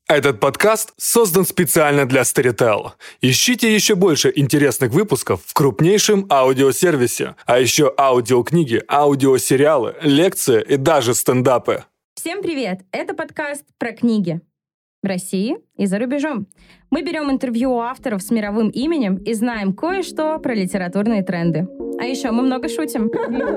Этот подкаст создан специально для Storytel. Ищите еще больше интересных выпусков в крупнейшем аудиосервисе, а еще аудиокниги, аудиосериалы, лекции и даже стендапы. Всем привет! Это подкаст про книги в России и за рубежом. Мы берем интервью у авторов с мировым именем и знаем кое-что про литературные тренды. А еще мы много шутим.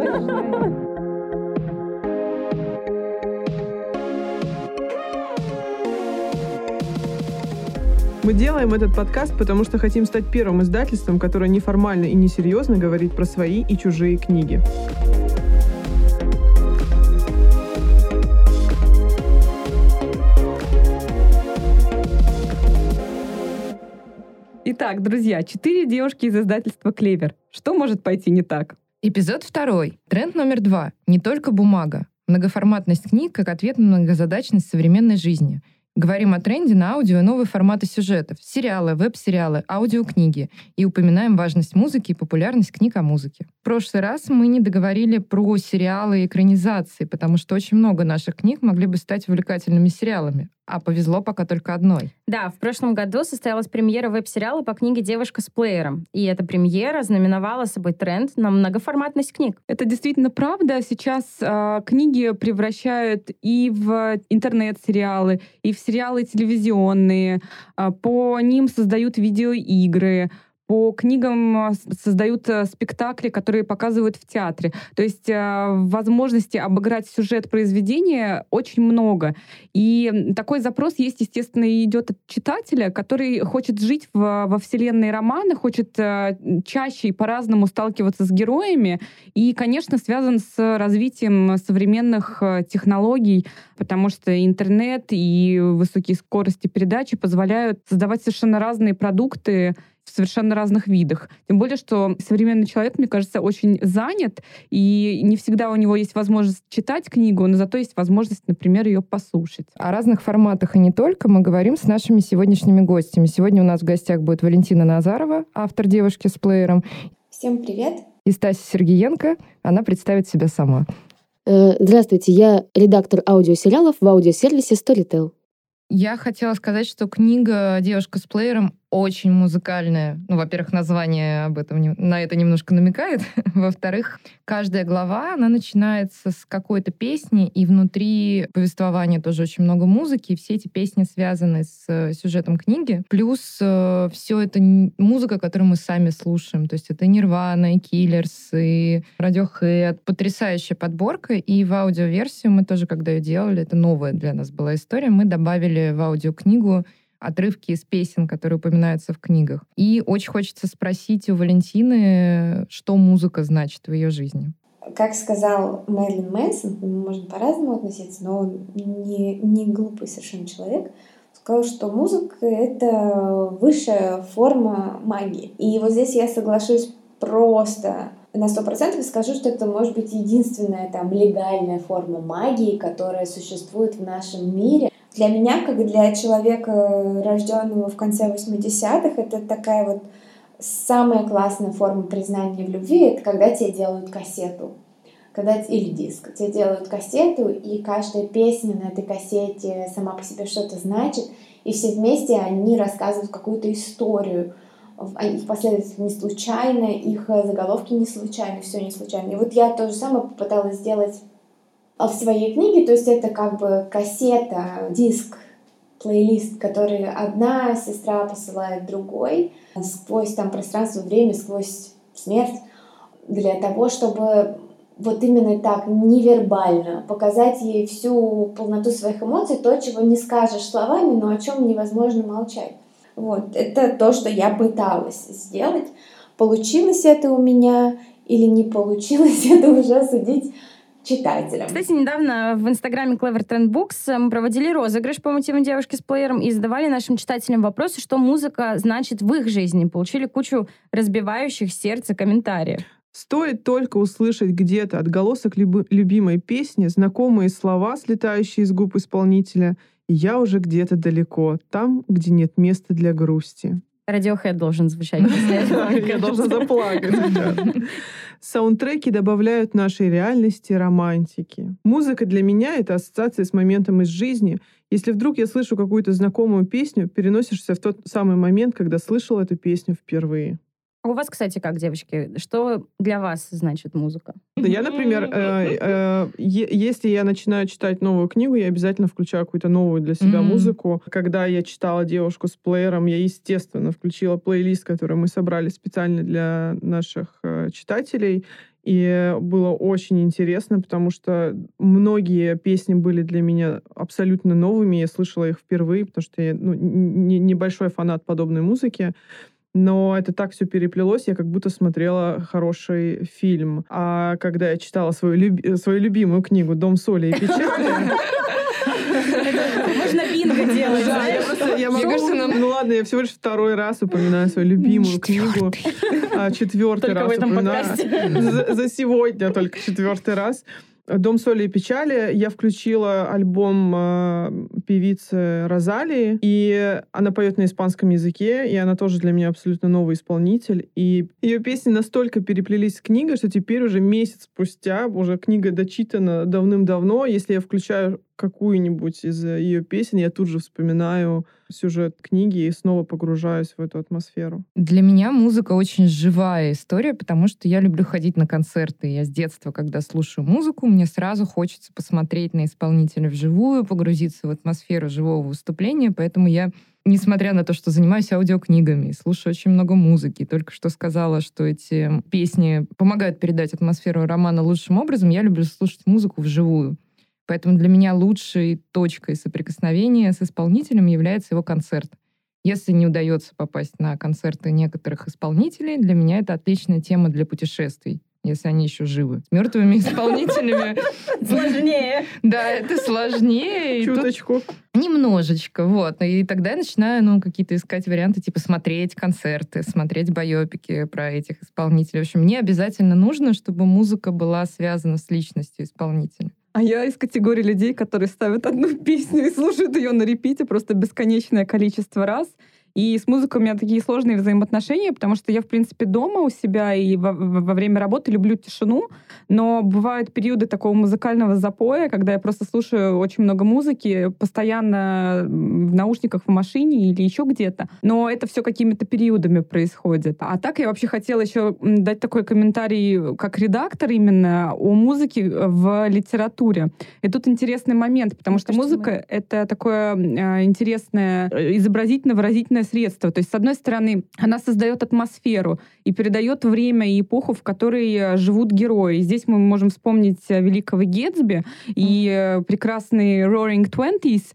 Мы делаем этот подкаст, потому что хотим стать первым издательством, которое неформально и несерьезно говорит про свои и чужие книги. Итак, друзья, 4 девушки из издательства «Клевер». Что может пойти не так? Эпизод 2. Тренд номер 2. Не только бумага. Многоформатность книг как ответ на многозадачность современной жизни. Говорим о тренде на аудио и новые форматы сюжетов. Сериалы, веб-сериалы, аудиокниги. И упоминаем важность музыки и популярность книг о музыке. В прошлый раз мы не договорили про сериалы и экранизации, потому что очень много наших книг могли бы стать увлекательными сериалами. А повезло пока только одной. Да, в прошлом году состоялась премьера веб-сериала по книге «Девушка с плеером». И эта премьера знаменовала собой тренд на многоформатность книг. Это действительно правда. Сейчас книги превращают и в интернет-сериалы, и в сериалы телевизионные. По ним создают видеоигры. По книгам создают спектакли, которые показывают в театре. То есть возможности обыграть сюжет произведения очень много. И такой запрос есть, естественно, и идет от читателя, который хочет жить во вселенной романа, хочет чаще и по-разному сталкиваться с героями. И, конечно, связан с развитием современных технологий, потому что интернет и высокие скорости передачи позволяют создавать совершенно разные продукты в совершенно разных видах. Тем более, что современный человек, мне кажется, очень занят, и не всегда у него есть возможность читать книгу, но зато есть возможность, например, ее послушать. О разных форматах и не только мы говорим с нашими сегодняшними гостями. Сегодня у нас в гостях будет Валентина Назарова, автор «Девушки с плеером». Всем привет. И Стася Сергиенко. Она представит себя сама. Здравствуйте, я редактор аудиосериалов в аудиосервисе Storytel. Я хотела сказать, что книга «Девушка с плеером» очень музыкальная. Ну, во-первых, название об этом на это немножко намекает. Во-вторых, каждая глава, она начинается с какой-то песни, и внутри повествования тоже очень много музыки, и все эти песни связаны с сюжетом книги. Плюс все это музыка, которую мы сами слушаем. То есть это Nirvana, и Killers, и Radiohead. Потрясающая подборка. И в аудиоверсию мы тоже, когда ее делали, это новая для нас была история, мы добавили в аудиокнигу отрывки из песен, которые упоминаются в книгах. И очень хочется спросить у Валентины, что музыка значит в ее жизни. Как сказал Мэрилин Мэнсон, мы можем по-разному относиться, но он не глупый совершенно человек, сказал, что музыка — это высшая форма магии. И вот здесь я соглашусь просто на 100% и скажу, что это может быть единственная легальная форма магии, которая существует в нашем мире. Для меня, как для человека, рожденного в конце 80-х, это такая вот самая классная форма признания в любви, это когда тебе делают кассету или диск. Тебе делают кассету, и каждая песня на этой кассете сама по себе что-то значит, и все вместе они рассказывают какую-то историю. Их последовательность не случайна, их заголовки не случайны, все не случайно. И вот я то же самое попыталась сделать в своей книге, то есть это как бы кассета, диск, плейлист, который одна сестра посылает другой сквозь пространство, время, сквозь смерть, для того, чтобы вот именно так невербально показать ей всю полноту своих эмоций, то, чего не скажешь словами, но о чем невозможно молчать. Вот, это то, что я пыталась сделать. Получилось это у меня или не получилось, это уже судить читателям. Кстати, недавно в инстаграме Clever Trend Books мы проводили розыгрыш по мотивам «Девушки с плеером» и задавали нашим читателям вопросы, что музыка значит в их жизни. Получили кучу разбивающих сердце комментариев. Стоит только услышать где-то отголосок любимой песни, знакомые слова, слетающие из губ исполнителя, и я уже где-то далеко, там, где нет места для грусти. Radiohead должен звучать после. Я должна заплакать. Саундтреки добавляют нашей реальности романтики. Музыка для меня — это ассоциация с моментом из жизни, Если вдруг я слышу какую-то знакомую песню, переносишься в тот самый момент, когда слышал эту песню впервые. А у вас, кстати, как, девочки, что для вас значит музыка? Я, например, если я начинаю читать новую книгу, я обязательно включаю какую-то новую для себя музыку. Когда я читала «Девушку с плеером», я, естественно, включила плейлист, который мы собрали специально для наших читателей. И было очень интересно, потому что многие песни были для меня абсолютно новыми. Я слышала их впервые, потому что я небольшой фанат подобной музыки. Но это так все переплелось, я как будто смотрела хороший фильм. А когда я читала свою любимую книгу «Дом соли и печали», можно бинго делать. Я могу... Ну ладно, я всего лишь второй раз упоминаю свою любимую книгу. Четвертый раз упоминаю. За сегодня только четвертый раз. «Дом соли и печали». Я включила альбом певицы Розалии, и она поет на испанском языке, и она тоже для меня абсолютно новый исполнитель. И ее песни настолько переплелись с книгой, что теперь уже месяц спустя, уже книга дочитана давным-давно. Если я включаю какую-нибудь из ее песен, я тут же вспоминаю сюжет книги и снова погружаюсь в эту атмосферу. Для меня музыка очень живая история, потому что я люблю ходить на концерты. Я с детства, когда слушаю музыку, мне сразу хочется посмотреть на исполнителя вживую, погрузиться в атмосферу живого выступления, поэтому я, несмотря на то, что занимаюсь аудиокнигами, слушаю очень много музыки, только что сказала, что эти песни помогают передать атмосферу романа лучшим образом, я люблю слушать музыку вживую. Поэтому для меня лучшей точкой соприкосновения с исполнителем является его концерт. Если не удается попасть на концерты некоторых исполнителей, для меня это отличная тема для путешествий, если они еще живы. С мертвыми исполнителями... Сложнее. Да, это сложнее. Чуточку. Немножечко, вот. И тогда я начинаю, какие-то искать варианты, типа смотреть концерты, смотреть байопики про этих исполнителей. В общем, мне обязательно нужно, чтобы музыка была связана с личностью исполнителя. А я из категории людей, которые ставят одну песню и слушают ее на репите просто бесконечное количество раз. И с музыкой у меня такие сложные взаимоотношения, потому что я, в принципе, дома у себя и во время работы люблю тишину, но бывают периоды такого музыкального запоя, когда я просто слушаю очень много музыки, постоянно в наушниках в машине или еще где-то. Но это все какими-то периодами происходит. А так я вообще хотела еще дать такой комментарий как редактор именно о музыке в литературе. И тут интересный момент, потому что музыка — это такое интересное изобразительно-выразительное средство. То есть, с одной стороны, она создает атмосферу и передает время и эпоху, в которой живут герои. Здесь мы можем вспомнить великого Гэтсби и прекрасный Roaring Twenties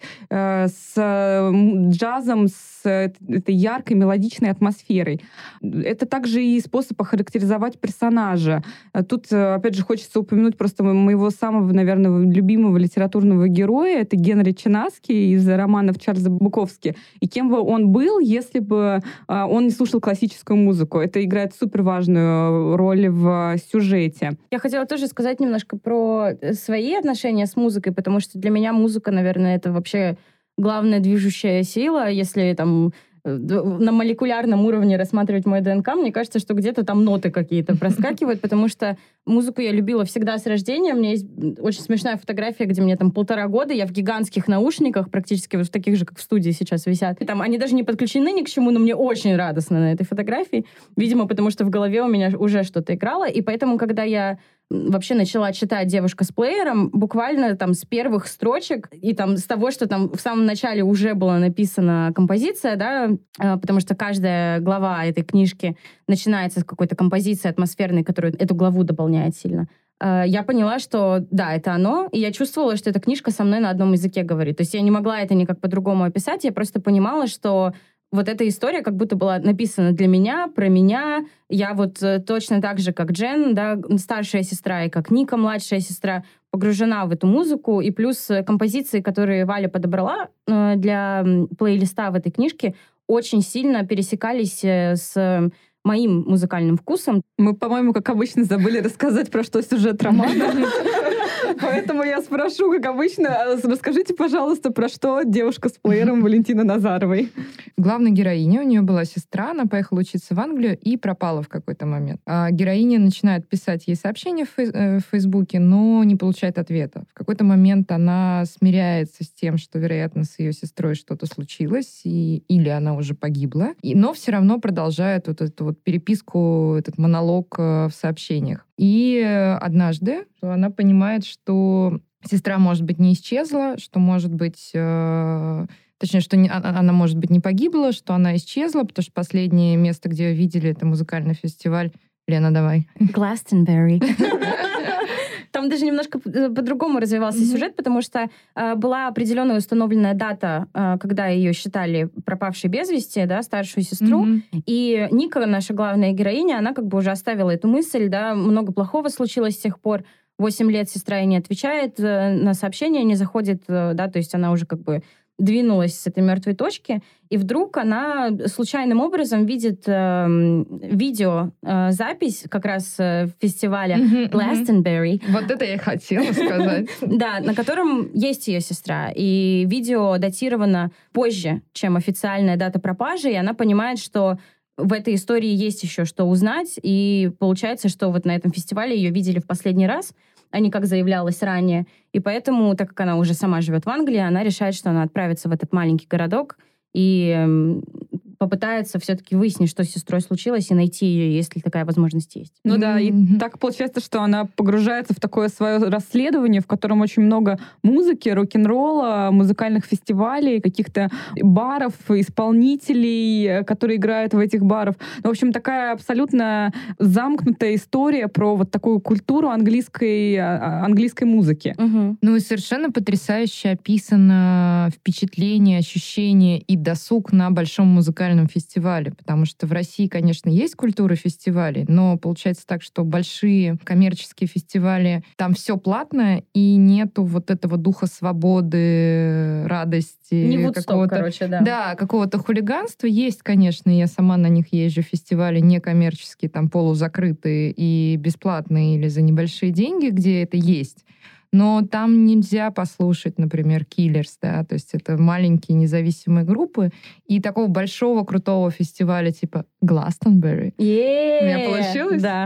с джазом, с этой яркой мелодичной атмосферой. Это также и способ охарактеризовать персонажа. Тут, опять же, хочется упомянуть просто моего самого, наверное, любимого литературного героя. Это Генри Чинаски из романов Чарльза Буковски. И кем бы он был, если бы он не слушал классическую музыку. Это играет суперважную роль в сюжете. Я хотела тоже сказать немножко про свои отношения с музыкой, потому что для меня музыка, наверное, это вообще главная движущая сила. Если там на молекулярном уровне рассматривать мой ДНК, мне кажется, что где-то там ноты какие-то проскакивают, потому что музыку я любила всегда с рождения. У меня есть очень смешная фотография, где мне там 1,5 года, я в гигантских наушниках, практически вот в таких же, как в студии сейчас висят. И там они даже не подключены ни к чему, но мне очень радостно на этой фотографии. Видимо, потому что в голове у меня уже что-то играло. И поэтому, когда я вообще начала читать «Девушка с плеером», буквально там с первых строчек и там с того, что там в самом начале уже была написана композиция, да, потому что каждая глава этой книжки начинается с какой-то композиции атмосферной, которая эту главу дополняет сильно. Я поняла, что да, это оно, и я чувствовала, что эта книжка со мной на одном языке говорит. То есть я не могла это никак по-другому описать, я просто понимала, что вот эта история как будто была написана для меня, про меня. Я вот точно так же, как Джен, да, старшая сестра, и как Ника, младшая сестра, погружена в эту музыку. И плюс композиции, которые Валя подобрала для плейлиста в этой книжке, очень сильно пересекались с моим музыкальным вкусом. Мы, по-моему, как обычно, забыли рассказать, про что сюжет романа. Поэтому я спрошу, как обычно, расскажите, пожалуйста, про что девушка с плеером Валентины Назаровой. Главная героиня, у нее была сестра, она поехала учиться в Англию и пропала в какой-то момент. А героиня начинает писать ей сообщения в Фейсбуке, но не получает ответа. В какой-то момент она смиряется с тем, что, вероятно, с ее сестрой что-то случилось, или она уже погибла, но все равно продолжает вот эту вот переписку, этот монолог в сообщениях. И однажды она понимает, что сестра, может быть, не исчезла, что, может быть, точнее, что она, может быть, не погибла, что она исчезла, потому что последнее место, где ее видели, это музыкальный фестиваль. Лена, давай. Glastonbury. Там даже немножко по-другому развивался сюжет, потому что была определенная установленная дата, когда ее считали пропавшей без вести, да, старшую сестру. И Ника, наша главная героиня, она как бы уже оставила эту мысль, да, много плохого случилось с тех пор. 8 лет сестра ей не отвечает на сообщения, не заходит, да, то есть она уже как бы двинулась с этой мертвой точки, и вдруг она случайным образом видит видеозапись как раз фестиваля Glastonbury. Вот это я и хотела сказать. Да, на котором есть ее сестра. И видео датировано позже, чем официальная дата пропажи, и она понимает, что в этой истории есть еще что узнать, и получается, что вот на этом фестивале ее видели в последний раз, а не как заявлялось ранее. И поэтому, так как она уже сама живет в Англии, она решает, что она отправится в этот маленький городок и попытается все-таки выяснить, что с сестрой случилось, и найти ее, если такая возможность есть. Ну да, и так получается, что она погружается в такое свое расследование, в котором очень много музыки, рок-н-ролла, музыкальных фестивалей, каких-то баров, исполнителей, которые играют в этих барах. В общем, такая абсолютно замкнутая история про вот такую культуру английской музыки. Ну и совершенно потрясающе описано впечатление, ощущение и досуг на большом музыкальном фестивале, потому что в России, конечно, есть культура фестивалей, но получается так, что большие коммерческие фестивали, там все платно, и нету вот этого духа свободы, радости. Не Вудсток, короче, да. Да, какого-то хулиганства есть, конечно, я сама на них езжу, фестивали некоммерческие, там полузакрытые и бесплатные или за небольшие деньги, где это есть. Но там нельзя послушать, например, Killers, да, то есть это маленькие независимые группы, и такого большого крутого фестиваля типа Glastonbury. У меня получилось? Да.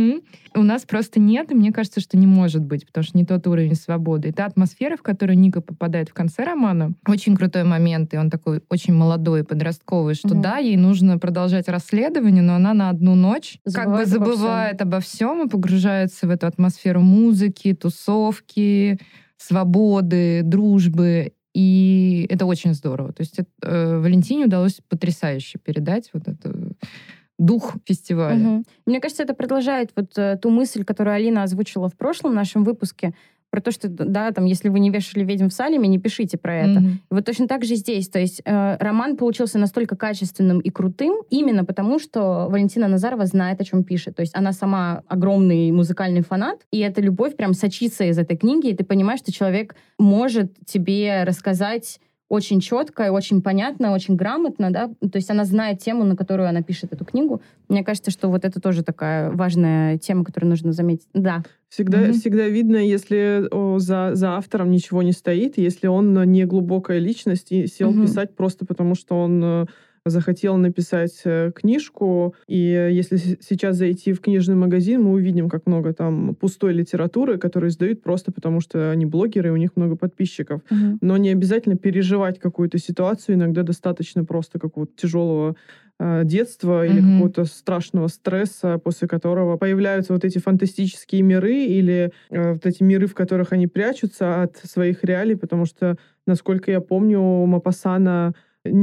У нас просто нет, и мне кажется, что не может быть, потому что не тот уровень свободы. И та атмосфера, в которую Ника попадает в конце романа, очень крутой момент, и он такой очень молодой, подростковый, что да, ей нужно продолжать расследование, но она на одну ночь забывает обо всем и погружается в эту атмосферу музыки, тусовки, свободы, дружбы. И это очень здорово. То есть Валентине удалось потрясающе передать вот это дух фестиваля. Мне кажется, это продолжает вот ту мысль, которую Алина озвучила в прошлом нашем выпуске, про то, что, да, там, если вы не вешали «Ведьм в Салеме», не пишите про это. И вот точно так же здесь. То есть роман получился настолько качественным и крутым именно потому, что Валентина Назарова знает, о чем пишет. То есть она сама огромный музыкальный фанат, и эта любовь прям сочится из этой книги, и ты понимаешь, что человек может тебе рассказать очень четко, и очень понятно, очень грамотно, да, то есть она знает тему, на которую она пишет эту книгу. Мне кажется, что вот это тоже такая важная тема, которую нужно заметить. Да. Всегда видно, если за автором ничего не стоит, если он не глубокая личность и сел писать просто потому, что он захотел написать книжку, и если сейчас зайти в книжный магазин, мы увидим, как много там пустой литературы, которую издают просто потому, что они блогеры, и у них много подписчиков. Но не обязательно переживать какую-то ситуацию, иногда достаточно просто какого-то тяжелого детства или какого-то страшного стресса, после которого появляются вот эти фантастические миры или вот эти миры, в которых они прячутся от своих реалий, потому что, насколько я помню, у Мопассана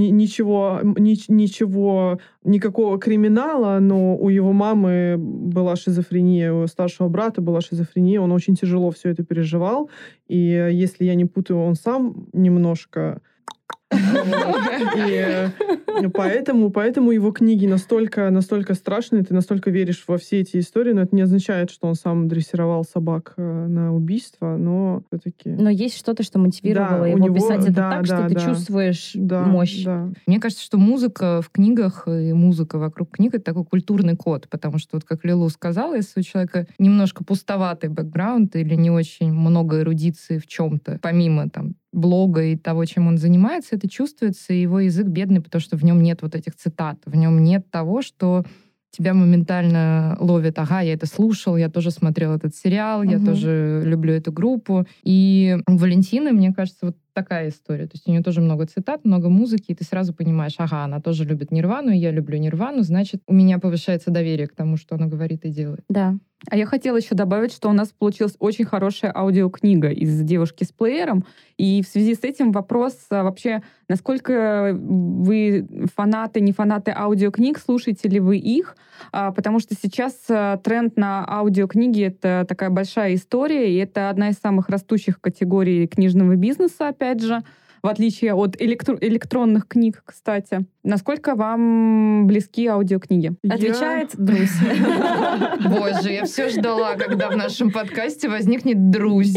никакого криминала, но у его мамы была шизофрения, у старшего брата была шизофрения, он очень тяжело все это переживал, и если я не путаю, он сам немножко И поэтому его книги настолько страшные, ты настолько веришь во все эти истории, но это не означает, что он сам дрессировал собак на убийство, но все-таки... Но есть что-то, что мотивировало его писать это так, что ты чувствуешь мощь. Да. Мне кажется, что музыка в книгах и музыка вокруг книг — это такой культурный код, потому что, вот как Лилу сказала, если у человека немножко пустоватый бэкграунд или не очень много эрудиции в чем-то, помимо там блога и того, чем он занимается, это чувствуется, и его язык бедный, потому что в нем нет вот этих цитат, в нем нет того, что тебя моментально ловит. Ага, я это слушал, я тоже смотрел этот сериал, я тоже люблю эту группу. И у Валентины, мне кажется, вот такая история. То есть у нее тоже много цитат, много музыки, и ты сразу понимаешь, ага, она тоже любит Нирвану, и я люблю Нирвану, значит, у меня повышается доверие к тому, что она говорит и делает. Да. А я хотела еще добавить, что у нас получилась очень хорошая аудиокнига из «Девушки с плеером». И в связи с этим вопрос вообще, насколько вы фанаты, не фанаты аудиокниг, слушаете ли вы их? Потому что сейчас тренд на аудиокниги — это такая большая история, и это одна из самых растущих категорий книжного бизнеса, опять же, в отличие от электронных книг, кстати. Насколько вам близки аудиокниги? Отвечает Друзь. Боже, я все ждала, когда в нашем подкасте возникнет Друзь.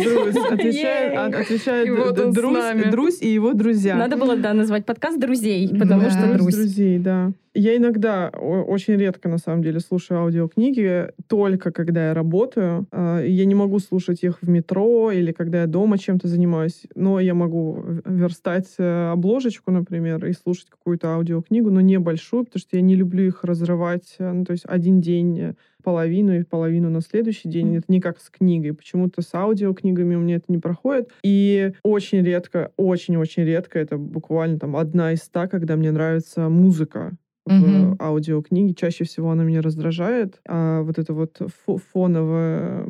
Отвечает Друзь и его друзья. Надо было, назвать подкаст «Друзей», потому что Друзь. Друзей, да. Я иногда, очень редко, на самом деле, слушаю аудиокниги, только когда я работаю. Я не могу слушать их в метро или когда я дома чем-то занимаюсь, но я могу верстать обложечку, например, и слушать какую-то аудиокнигу, но небольшую, потому что я не люблю их разрывать. Ну, то есть один день половину и половину на следующий день. Это не как с книгой. Почему-то с аудиокнигами у меня это не проходит. И очень редко, очень-очень редко, это буквально там 1 из 100, когда мне нравится музыка в аудиокниге. Чаще всего она меня раздражает. А вот это вот фоновая,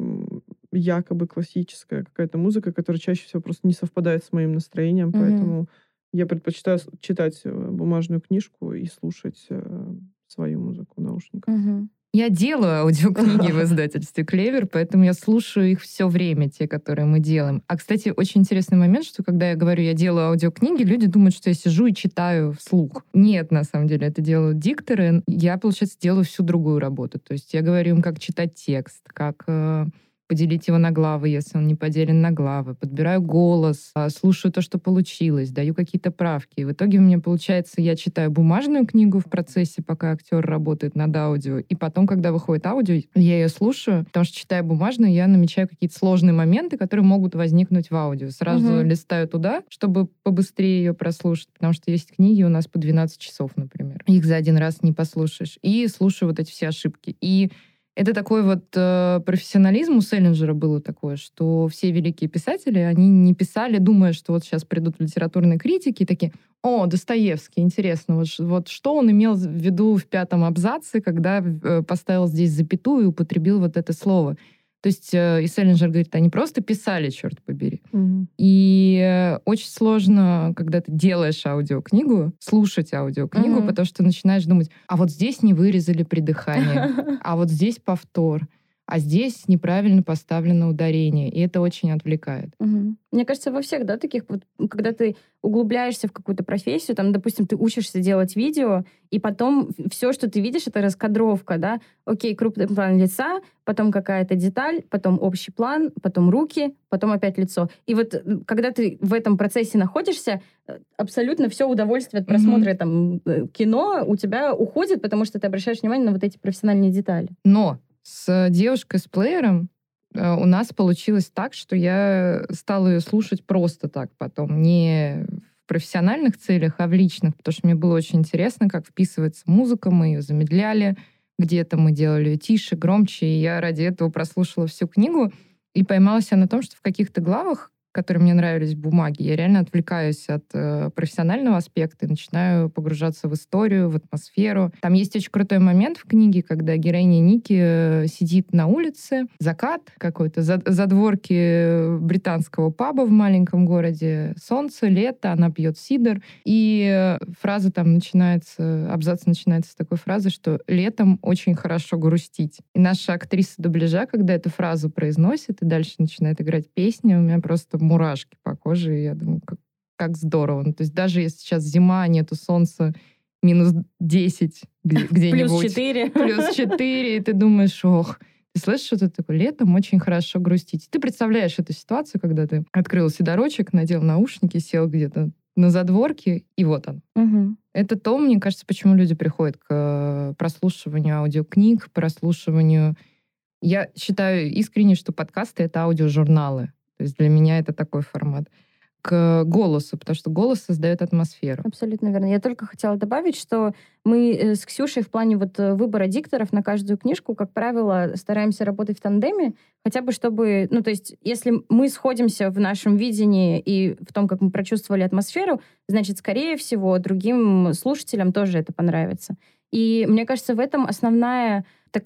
якобы классическая какая-то музыка, которая чаще всего просто не совпадает с моим настроением, поэтому я предпочитаю читать бумажную книжку и слушать свою музыку в наушниках. Я делаю аудиокниги в издательстве «Клевер», поэтому я слушаю их все время, те, которые мы делаем. А, кстати, очень интересный момент, что когда я говорю, я делаю аудиокниги, люди думают, что я сижу и читаю вслух. Нет, на самом деле, это делают дикторы. Я, получается, делаю всю другую работу. То есть я говорю им, как читать текст, как поделить его на главы, если он не поделен на главы. Подбираю голос, слушаю то, что получилось, даю какие-то правки. И в итоге у меня получается, я читаю бумажную книгу в процессе, пока актер работает над аудио, и потом, когда выходит аудио, я ее слушаю, потому что, читая бумажную, я намечаю какие-то сложные моменты, которые могут возникнуть в аудио. Сразу листаю туда, чтобы побыстрее ее прослушать, потому что есть книги у нас по 12 часов, например. Их за один раз не послушаешь. И слушаю вот эти все ошибки. И это такой вот профессионализм у Селлинджера было такое, что все великие писатели, они не писали, думая, что вот сейчас придут литературные критики и такие: о, Достоевский, интересно, вот что он имел в виду в 5-м абзаце, когда поставил здесь запятую и употребил вот это слово. То есть и Селлинджер говорит, они просто писали, черт побери. И очень сложно, когда ты делаешь аудиокнигу, слушать аудиокнигу, потому что ты начинаешь думать, а вот здесь не вырезали придыхание, а вот здесь повтор, а здесь неправильно поставлено ударение. И это очень отвлекает. Мне кажется, во всех, таких вот, когда ты углубляешься в какую-то профессию, там, допустим, ты учишься делать видео, и потом все, что ты видишь, это раскадровка, да? Окей, крупный план лица, потом какая-то деталь, потом общий план, потом руки, потом опять лицо. И вот когда ты в этом процессе находишься, абсолютно все удовольствие от просмотра там, кино у тебя уходит, потому что ты обращаешь внимание на вот эти профессиональные детали. Но с «Девушкой с плеером» у нас получилось так, что я стала ее слушать просто так потом, не в профессиональных целях, а в личных, потому что мне было очень интересно, как вписывается музыка, мы ее замедляли, где-то мы делали ее тише, громче, и я ради этого прослушала всю книгу и поймалась я на том, что в каких-то главах, которые мне нравились в бумаге, я реально отвлекаюсь от профессионального аспекта и начинаю погружаться в историю, в атмосферу. Там есть очень крутой момент в книге, когда героиня Ники сидит на улице, закат какой-то, задворки британского паба в маленьком городе, солнце, лето, она пьет сидр, и фраза там начинается, абзац начинается с такой фразы, что летом очень хорошо грустить. И наша актриса дубляжа, когда эту фразу произносит и дальше начинает играть песни, у меня просто мурашки по коже, и я думаю, как здорово. Ну, то есть даже если сейчас зима, нету солнца, минус 10 где-нибудь. Плюс 4. Плюс 4, и ты думаешь, ох, ты слышишь, что ты такой, летом очень хорошо грустить. Ты представляешь эту ситуацию, когда ты открыл седорочек, надел наушники, сел где-то на задворке, и вот он. Мгм. Это то, мне кажется, почему люди приходят к прослушиванию аудиокниг, прослушиванию. Я считаю искренне, что подкасты — это аудиожурналы. То есть для меня это такой формат. К голосу, потому что голос создает атмосферу. Абсолютно верно. Я только хотела добавить, что мы с Ксюшей в плане выбора дикторов на каждую книжку, как правило, стараемся работать в тандеме, хотя бы чтобы... Ну, то есть, если мы сходимся в нашем видении и в том, как мы прочувствовали атмосферу, значит, скорее всего, другим слушателям тоже это понравится. И мне кажется, в этом основное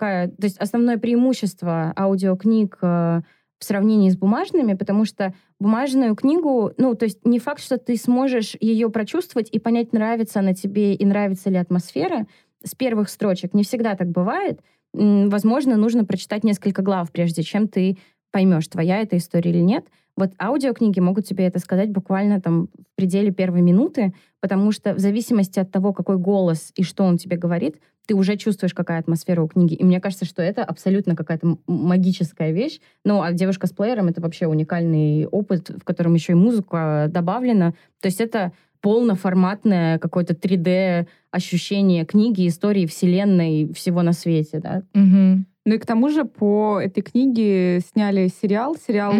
преимущество аудиокниг в сравнении с бумажными, потому что бумажную книгу, то есть не факт, что ты сможешь ее прочувствовать и понять, нравится она тебе и нравится ли атмосфера с первых строчек. Не всегда так бывает. Возможно, нужно прочитать несколько глав, прежде чем ты поймешь, твоя эта история или нет. Вот аудиокниги могут тебе это сказать буквально в пределе первой минуты, потому что в зависимости от того, какой голос и что он тебе говорит, ты уже чувствуешь, какая атмосфера у книги. И мне кажется, что это абсолютно какая-то магическая вещь. А «Девушка с плеером» — это вообще уникальный опыт, в котором еще и музыка добавлена. То есть это полноформатное какое-то 3D-ощущение книги, истории, вселенной, всего на свете, да? Угу. Ну и к тому же по этой книге сняли сериал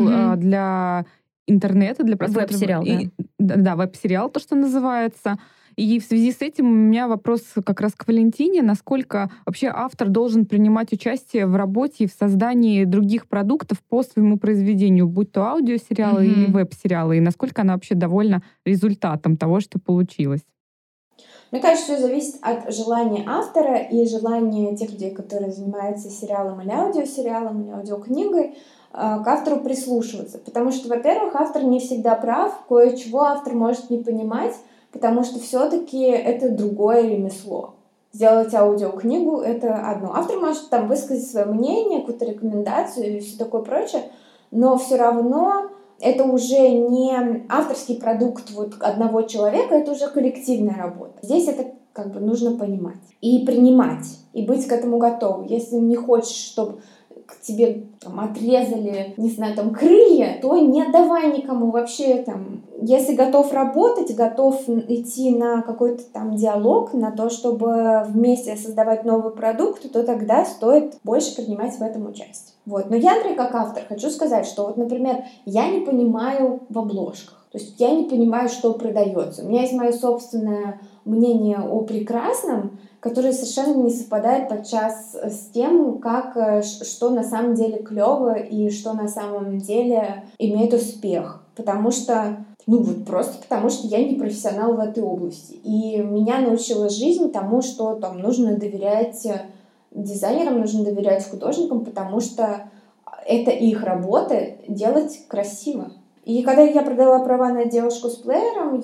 для интернета, для просмотра. Веб-сериал, да. Да, веб-сериал, то, что называется. И в связи с этим у меня вопрос как раз к Валентине. Насколько вообще автор должен принимать участие в работе и в создании других продуктов по своему произведению, будь то аудиосериалы или веб-сериалы, и насколько она вообще довольна результатом того, что получилось? Мне кажется, все зависит от желания автора и желания тех людей, которые занимаются сериалом или аудиосериалом, или аудиокнигой, к автору прислушиваться. Потому что, во-первых, автор не всегда прав, кое-чего автор может не понимать, потому что все-таки это другое ремесло. Сделать аудиокнигу — это одно. Автор может высказать свое мнение, какую-то рекомендацию и все такое прочее, но все равно это уже не авторский продукт одного человека, это уже коллективная работа. Здесь это нужно понимать и принимать, и быть к этому готовым. Если не хочешь, чтобы к тебе отрезали, не знаю, крылья, то не отдавай никому вообще . Если готов работать, готов идти на какой-то диалог, на то, чтобы вместе создавать новый продукт, то тогда стоит больше принимать в этом участие. Но я, например, как автор, хочу сказать, что например, я не понимаю в обложках. То есть я не понимаю, что продается. У меня есть мое собственное мнение о прекрасном, которое совершенно не совпадает подчас с тем, что на самом деле клево и что на самом деле имеет успех. Потому что просто потому что я не профессионал в этой области. И меня научила жизнь тому, что нужно доверять дизайнерам, нужно доверять художникам, потому что это их работа делать красиво. И когда я продала права на «Девушку с плеером»,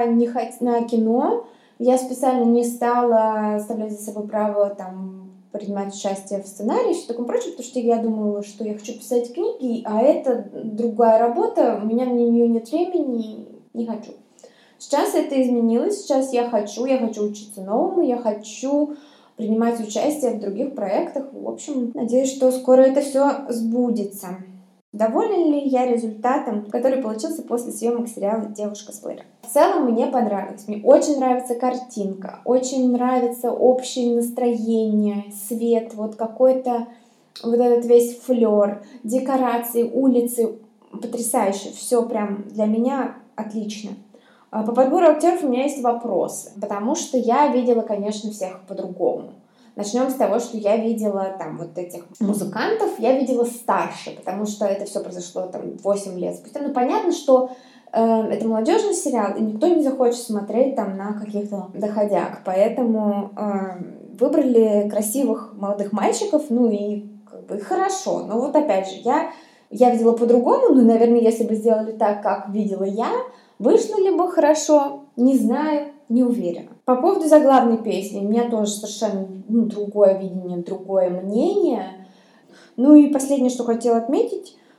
на кино, я специально не стала оставлять за собой право принимать участие в сценарии и все такое прочее, потому что я думала, что я хочу писать книги, а это другая работа, у меня на нее нет времени, не хочу. Сейчас это изменилось, сейчас я хочу учиться новому, я хочу принимать участие в других проектах. В общем, надеюсь, что скоро это все сбудется. Довольна ли я результатом, который получился после съемок сериала «Девушка с плеером»? В целом мне понравилось. Мне очень нравится картинка, очень нравится общее настроение, свет, какой-то этот весь флёр, декорации, улицы. Потрясающе. Все прям для меня отлично. По подбору актеров у меня есть вопросы, потому что я видела, конечно, всех по-другому. Начнем с того, что я видела этих музыкантов, я видела старше, потому что это все произошло 8 лет спустя. Понятно, что это молодежный сериал, и никто не захочет смотреть на каких-то доходяг, поэтому выбрали красивых молодых мальчиков, и хорошо. Но опять же, я видела по-другому, наверное, если бы сделали так, как видела я, вышло ли бы хорошо, не знаю, не уверена. По поводу заглавной песни, у меня тоже совершенно другое видение, другое мнение. И последнее, что хотела отметить,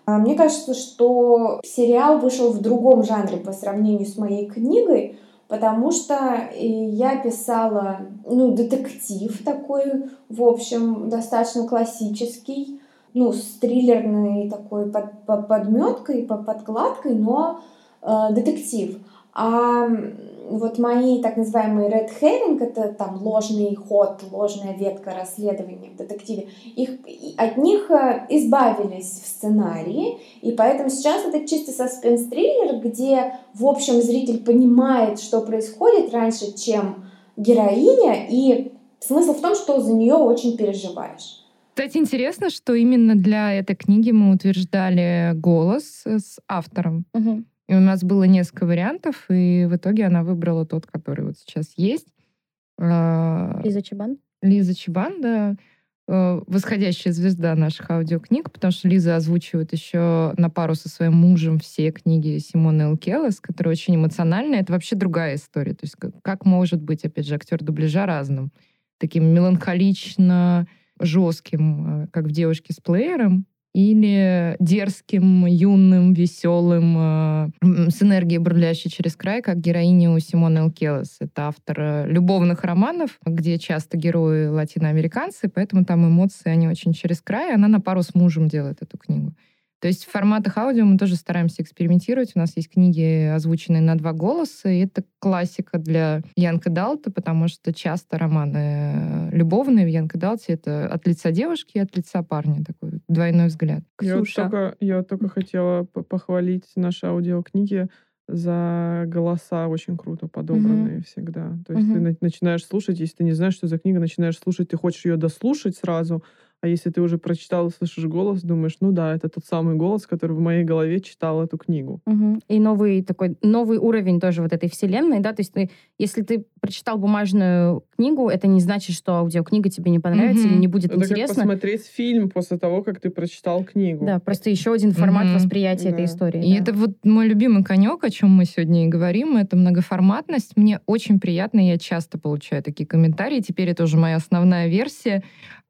Мне кажется, что сериал вышел в другом жанре по сравнению с моей книгой, потому что я писала, детектив такой, в общем, достаточно классический, с триллерной такой подметкой, подкладкой, но детектив. А вот мои так называемые red herring, это там ложный ход, ложная ветка расследования в детективе, от них избавились в сценарии, и поэтому сейчас это чисто саспенс-триллер, где, в общем, зритель понимает, что происходит раньше, чем героиня, и смысл в том, что за нее очень переживаешь. Кстати, интересно, что именно для этой книги мы утверждали голос с автором. Угу. И у нас было несколько вариантов, и в итоге она выбрала тот, который вот сейчас есть. Лиза Чабан? Лиза Чабан, да. Восходящая звезда наших аудиокниг, потому что Лиза озвучивает еще на пару со своим мужем все книги Симоны Эл Келлес, которые очень эмоциональные. Это вообще другая история. То есть как может быть, опять же, актер дубляжа разным? Таким меланхолично жестким, как в «Девушке с плеером», или дерзким, юным, веселым, с энергией, бурлящей через край, как героиня у Симоны Эл Келлес. Это автор любовных романов, где часто герои латиноамериканцы, поэтому там эмоции, они очень через край. Она на пару с мужем делает эту книгу. То есть в форматах аудио мы тоже стараемся экспериментировать. У нас есть книги, озвученные на 2 голоса, и это классика для Янг Адалта, потому что часто романы любовные в Янг Адалте — это от лица девушки и от лица парня. Такой двойной взгляд. Я только хотела похвалить наши аудиокниги за голоса, очень круто подобранные всегда. То есть ты начинаешь слушать, если ты не знаешь, что за книга, начинаешь слушать, ты хочешь ее дослушать сразу, а если ты уже прочитал и слышишь голос, думаешь, это тот самый голос, который в моей голове читал эту книгу. И новый уровень тоже вот этой вселенной, да, то есть если ты прочитал бумажную книгу, это не значит, что аудиокнига тебе не понравится или не будет интересна. Это как посмотреть фильм после того, как ты прочитал книгу. Да, просто еще один формат восприятия этой истории. И это вот мой любимый конек, о чем мы сегодня и говорим, это многоформатность. Мне очень приятно, я часто получаю такие комментарии, теперь это уже моя основная версия,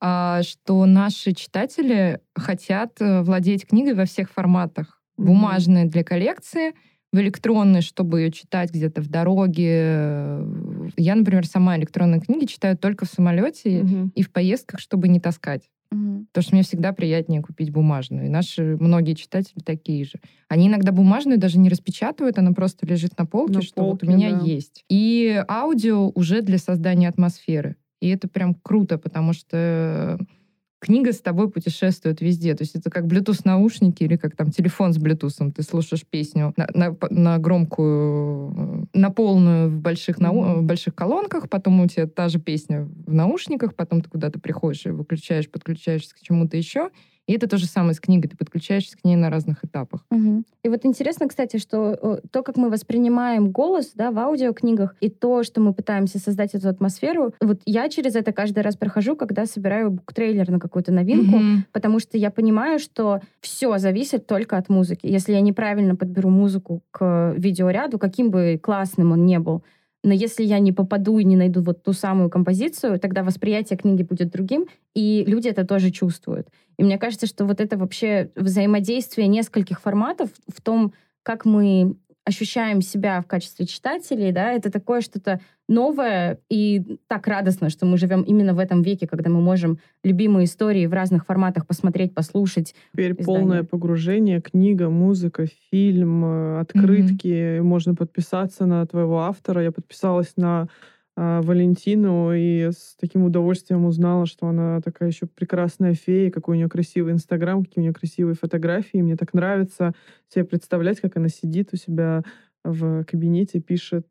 что наши читатели хотят владеть книгой во всех форматах. Бумажная для коллекции, в электронной, чтобы ее читать где-то в дороге. Я, например, сама электронные книги читаю только в самолете и в поездках, чтобы не таскать. Потому что мне всегда приятнее купить бумажную. И наши многие читатели такие же. Они иногда бумажную даже не распечатывают, она просто лежит на полке, что вот у меня есть. И аудио уже для создания атмосферы. И это прям круто, потому что книга с тобой путешествует везде. То есть это как Bluetooth-наушники или как там телефон с Bluetooth. Ты слушаешь песню на громкую, на полную в больших колонках, потом у тебя та же песня в наушниках, потом ты куда-то приходишь и выключаешь, подключаешься к чему-то еще. И это то же самое с книгой. Ты подключаешься к ней на разных этапах. И вот интересно, кстати, что то, как мы воспринимаем голос, да, в аудиокнигах, и то, что мы пытаемся создать эту атмосферу, вот я через это каждый раз прохожу, когда собираю буктрейлер на какую-то новинку, потому что я понимаю, что все зависит только от музыки. Если я неправильно подберу музыку к видеоряду, каким бы классным он ни был, но если я не попаду и не найду вот ту самую композицию, тогда восприятие книги будет другим, и люди это тоже чувствуют. И мне кажется, что вот это вообще взаимодействие нескольких форматов в том, как мы ощущаем себя в качестве читателей, да, это такое что-то новое и так радостно, что мы живем именно в этом веке, когда мы можем любимые истории в разных форматах посмотреть, послушать. Теперь полное погружение, книга, музыка, фильм, открытки. Можно подписаться на твоего автора. Я подписалась на Валентину и с таким удовольствием узнала, что она такая еще прекрасная фея, какой у нее красивый Инстаграм, какие у нее красивые фотографии. Мне так нравится себе представлять, как она сидит у себя в кабинете, пишет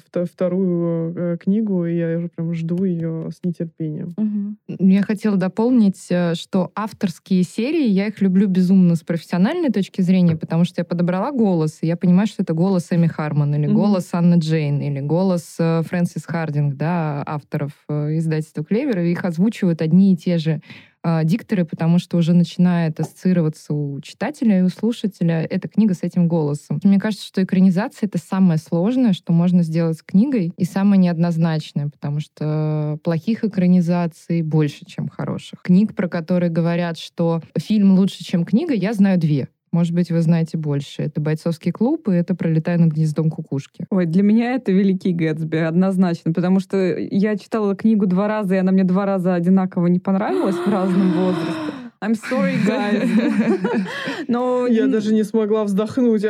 вторую книгу, и я уже прям жду ее с нетерпением. Я хотела дополнить, что авторские серии, я их люблю безумно с профессиональной точки зрения, потому что я подобрала голос, и я понимаю, что это голос Эми Харман, или голос Анны Джейн, или голос Фрэнсис Хардинг, да, авторов издательства «Клевер», и их озвучивают одни и те же дикторы, потому что уже начинает ассоциироваться у читателя и у слушателя эта книга с этим голосом. Мне кажется, что экранизация — это самое сложное, что можно сделать с книгой, и самое неоднозначное, потому что плохих экранизаций больше, чем хороших. Книг, про которые говорят, что фильм лучше, чем книга, я знаю 2. Может быть, вы знаете больше. Это «Бойцовский клуб» и это «Пролетая над гнездом кукушки». Ой, для меня это «Великий Гэтсби», однозначно, потому что я читала книгу 2 раза, и она мне 2 раза одинаково не понравилась в разном возрасте. I'm sorry, guys. Но Я даже не смогла вздохнуть.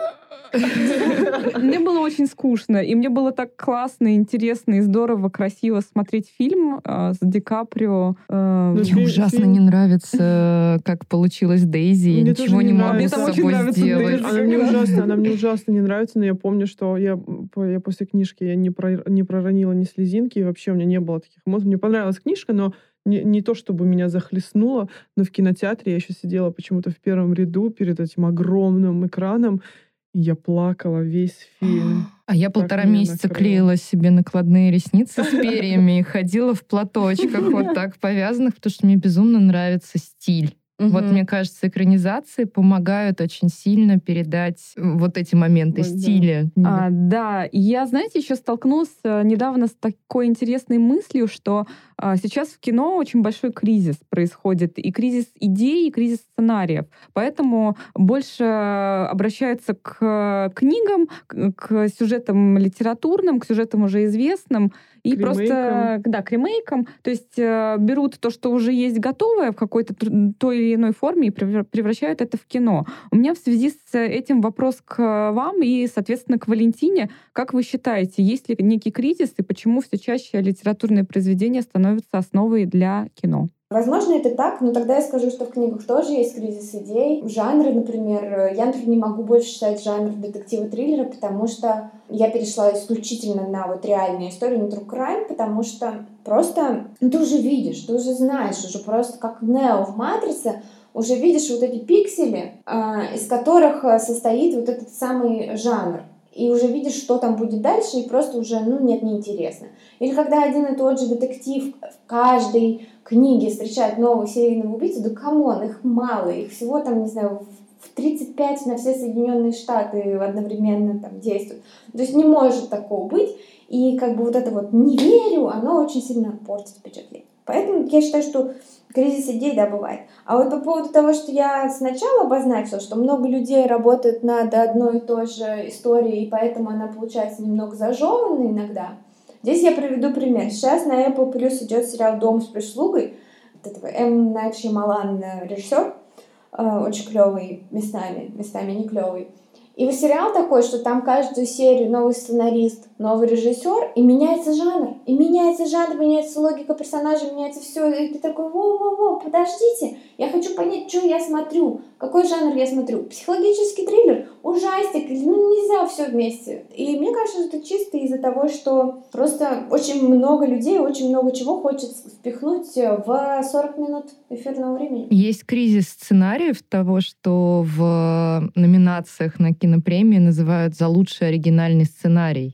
мне было очень скучно, и мне было так классно, интересно и здорово, красиво смотреть фильм с Ди Каприо. Мне ужасно не нравится, как получилась Дейзи. Я Мне ничего тоже не не могу нравится. с Мне там очень собой нравится сделать. Дейзи. Она мне ужасно не нравится, но я помню, что я после книжки я не проронила ни слезинки, и вообще у меня не было таких эмоций. Мне понравилась книжка, но не то, чтобы меня захлестнуло, но в кинотеатре я еще сидела почему-то в первом ряду перед этим огромным экраном, и я плакала весь фильм. А я Так 1,5 меня месяца накрыло. клеила себе накладные ресницы с перьями и ходила в платочках вот так повязанных, потому что мне безумно нравится стиль. Вот, мне кажется, экранизации помогают очень сильно передать вот эти моменты Вот, да. стиля. Да, я, знаете, еще столкнулась недавно с такой интересной мыслью, что сейчас в кино очень большой кризис происходит, и кризис идей, и кризис сценариев. Поэтому больше обращаются к книгам, к сюжетам литературным, к сюжетам уже известным, и К ремейкам. к ремейкам. То есть берут то, что уже есть готовое в какой-то той или иной форме, и превращают это в кино. У меня в связи с этим вопрос к вам и, соответственно, к Валентине. Как вы считаете, есть ли некий кризис, и почему все чаще литературные произведения становятся основой для кино? Возможно, это так, но тогда я скажу, что в книгах тоже есть кризис идей. Жанры, например, я, например, не могу больше читать жанр детектива-триллера, потому что я перешла исключительно на вот реальные истории, на true crime, потому что просто ты уже видишь, ты уже знаешь, уже просто как Нео в «Матрице», уже видишь вот эти пиксели, из которых состоит вот этот самый жанр. И уже видишь, что там будет дальше, и просто уже, нет, неинтересно. Или когда один и тот же детектив в каждой книге встречает нового серийного убийцу, да камон, их мало, их всего там, не знаю, в 35 на все Соединенные Штаты одновременно там действуют. То есть не может такого быть, и как бы вот это вот «не верю», оно очень сильно портит впечатление. Поэтому я считаю, что кризис идей, да, бывает. А вот по поводу того, что я сначала обозначила, что много людей работают над одной и той же историей, и поэтому она получается немного зажеванной иногда. Здесь я приведу пример. Сейчас на Apple Plus идет сериал «Дом с прислугой». Вот этого М. Найт Шьямалан режиссер, очень клевый местами не клевый. И вот сериал такой, что там каждую серию новый сценарист, новый режиссер, и меняется жанр. И меняется жанр, меняется логика персонажей, меняется все. И ты такой, во-во-во, подождите, я хочу понять, что я смотрю, какой жанр я смотрю. Психологический триллер, ужастик, нельзя все вместе. И мне кажется, это чисто из-за того, что просто очень много людей, очень много чего хочет впихнуть в 40 минут эфирного времени. Есть кризис сценариев того, что в номинациях на кинопремии называют за лучший оригинальный сценарий.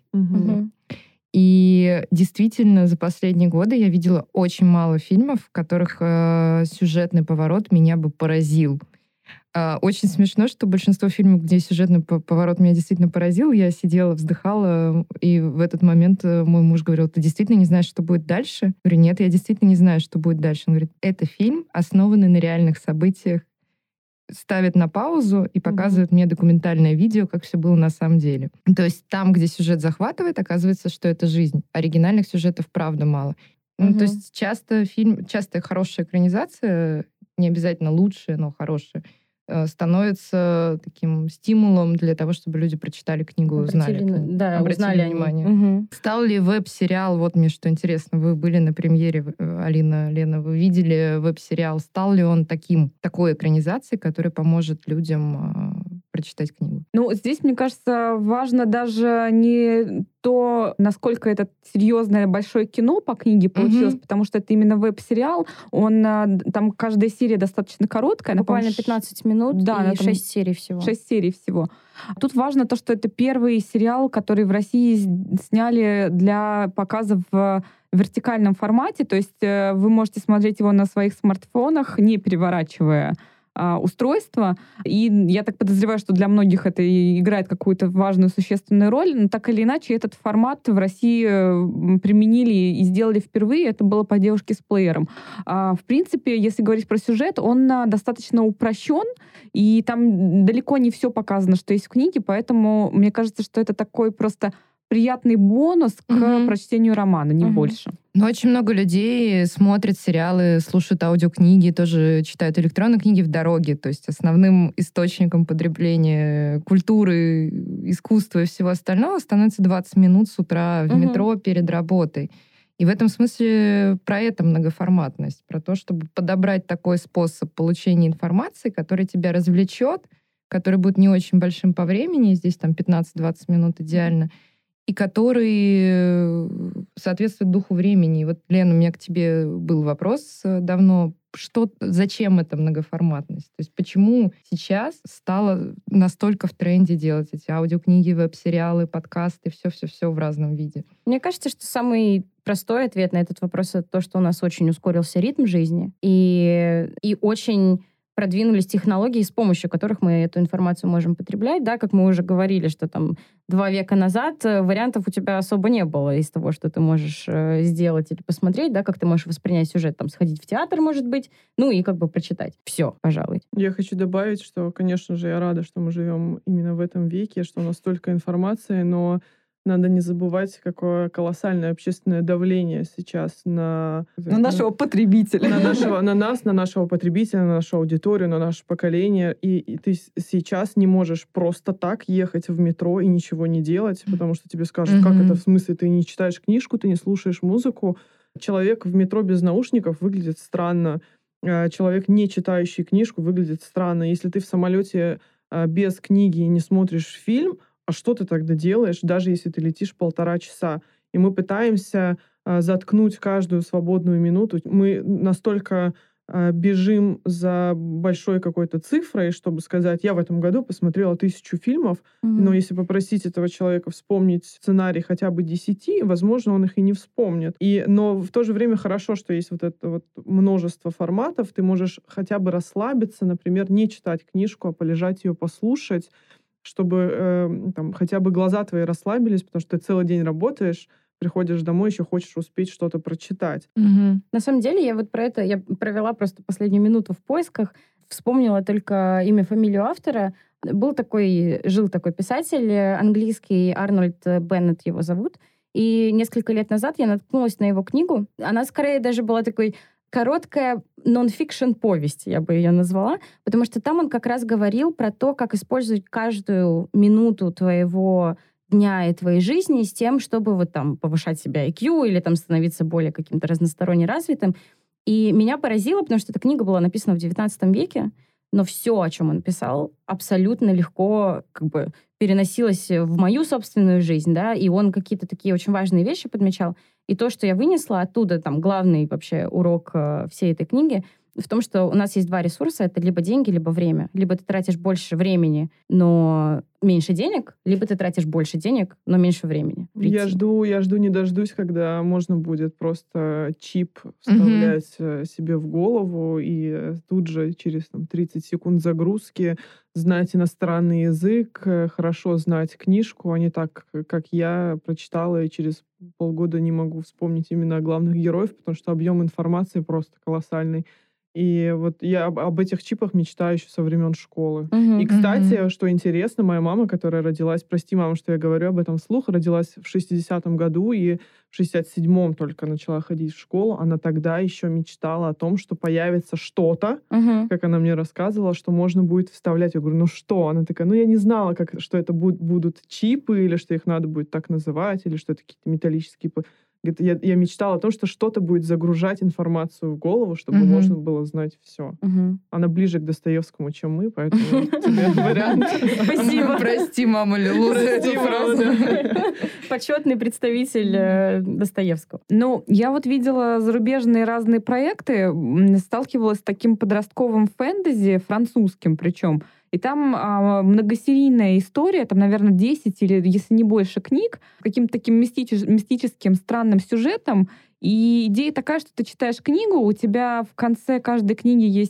И действительно, за последние годы я видела очень мало фильмов, в которых сюжетный поворот меня бы поразил. Очень смешно, что большинство фильмов, где сюжетный поворот меня действительно поразил, я сидела, вздыхала, и в этот момент мой муж говорил: ты действительно не знаешь, что будет дальше? Я говорю: нет, я действительно не знаю, что будет дальше. Он говорит: это фильм, основанный на реальных событиях. Ставит на паузу и показывает мне документальное видео, как все было на самом деле. То есть там, где сюжет захватывает, оказывается, что это жизнь. Оригинальных сюжетов правда мало. То есть часто хорошая экранизация, не обязательно лучшая, но хорошая, становится таким стимулом для того, чтобы люди прочитали книгу и узнали узнали внимание. Стал ли веб-сериал, вот мне что интересно, вы были на премьере, Алина, Лена, вы видели веб-сериал, стал ли он такой экранизацией, которая поможет людям прочитать книгу? Здесь, мне кажется, важно даже не то, насколько это серьезное большое кино по книге получилось, потому что это именно веб-сериал. Там каждая серия достаточно короткая. Буквально 15 минут, да, и 6 серий всего. 6 серий всего. Тут важно то, что это первый сериал, который в России сняли для показа в вертикальном формате. То есть вы можете смотреть его на своих смартфонах, не переворачивая устройство. И я так подозреваю, что для многих это и играет какую-то важную, существенную роль. Но так или иначе, этот формат в России применили и сделали впервые. Это было по «Девушке с плеером». В принципе, если говорить про сюжет, он достаточно упрощен, и там далеко не все показано, что есть в книге, поэтому мне кажется, что это такой просто приятный бонус к прочтению романа, не больше. Но очень много людей смотрят сериалы, слушают аудиокниги, тоже читают электронные книги в дороге. То есть основным источником потребления культуры, искусства и всего остального становится 20 минут с утра в метро перед работой. И в этом смысле про это многоформатность, про то, чтобы подобрать такой способ получения информации, который тебя развлечет, который будет не очень большим по времени, здесь там 15-20 минут идеально, и который соответствует духу времени. И вот, Лена, у меня к тебе был вопрос давно. Зачем эта многоформатность? То есть почему сейчас стало настолько в тренде делать эти аудиокниги, веб-сериалы, подкасты, все-все-все в разном виде? Мне кажется, что самый простой ответ на этот вопрос — это то, что у нас очень ускорился ритм жизни, и очень продвинулись технологии, с помощью которых мы эту информацию можем потреблять. Да, как мы уже говорили, что там 2 века назад вариантов у тебя особо не было из того, что ты можешь сделать или посмотреть, да, как ты можешь воспринять сюжет, там, сходить в театр, может быть, ну и как бы прочитать. Все, пожалуй. Я хочу добавить, что, конечно же, я рада, что мы живем именно в этом веке, что у нас столько информации, но надо не забывать, какое колоссальное общественное давление сейчас на нашего потребителя. На нашего потребителя, на нашу аудиторию, на наше поколение. И ты сейчас не можешь просто так ехать в метро и ничего не делать, потому что тебе скажут, как это в смысле, ты не читаешь книжку, ты не слушаешь музыку. Человек в метро без наушников выглядит странно. Человек, не читающий книжку, выглядит странно. Если ты в самолете без книги не смотришь фильм, а что ты тогда делаешь, даже если ты летишь 1,5 часа? И мы пытаемся заткнуть каждую свободную минуту. Мы настолько бежим за большой какой-то цифрой, чтобы сказать, я в этом году посмотрела 1000 фильмов, но если попросить этого человека вспомнить сценарий хотя бы 10, возможно, он их и не вспомнит. Но в то же время хорошо, что есть вот это вот множество форматов, ты можешь хотя бы расслабиться, например, не читать книжку, а полежать ее послушать, чтобы там хотя бы глаза твои расслабились, потому что ты целый день работаешь, приходишь домой, еще хочешь успеть что-то прочитать. На самом деле, я вот про это, я провела просто последнюю минуту в поисках, вспомнила только имя, фамилию автора. Жил такой писатель английский, Арнольд Беннет его зовут, и несколько лет назад я наткнулась на его книгу. Она скорее даже была такой короткая нон-фикшн повесть, я бы ее назвала, потому что там он как раз говорил про то, как использовать каждую минуту твоего дня и твоей жизни с тем, чтобы вот там повышать себя IQ или там становиться более каким-то разносторонне развитым. И меня поразило, потому что эта книга была написана в 19 веке, но все, о чем он писал, абсолютно легко как бы переносилось в мою собственную жизнь, да, и он какие-то такие очень важные вещи подмечал. И то, что я вынесла оттуда, там, главный вообще урок всей этой книги, в том, что у нас есть 2 ресурса, это либо деньги, либо время. Либо ты тратишь больше времени, но меньше денег, либо ты тратишь больше денег, но меньше времени. Я жду, не дождусь, когда можно будет просто чип вставлять себе в голову и тут же через 30 секунд загрузки знать иностранный язык, хорошо знать книжку, а не так, как я прочитала и через полгода не могу вспомнить именно главных героев, потому что объем информации просто колоссальный. И вот я об этих чипах мечтаю еще со времен школы. И, кстати, что интересно, моя мама, которая родилась, прости, мама, что я говорю об этом вслух, родилась в 60-м году и в 67-м только начала ходить в школу. Она тогда еще мечтала о том, что появится что-то, как она мне рассказывала, что можно будет вставлять. Я говорю, ну что? Она такая, я не знала, что это будут чипы, или что их надо будет так называть, или что это какие-то металлические... Я мечтала о том, что что-то будет загружать информацию в голову, чтобы можно было знать все. Она ближе к Достоевскому, чем мы, поэтому тебе вариант. Спасибо. Прости, мама Лилу, за эту фразу. Почетный представитель Достоевского. Я вот видела зарубежные разные проекты, сталкивалась с таким подростковым фэнтези, французским причем. И там многосерийная история, там, наверное, 10 или, если не больше, книг, каким-то таким мистическим, странным сюжетом. И идея такая, что ты читаешь книгу, у тебя в конце каждой книги есть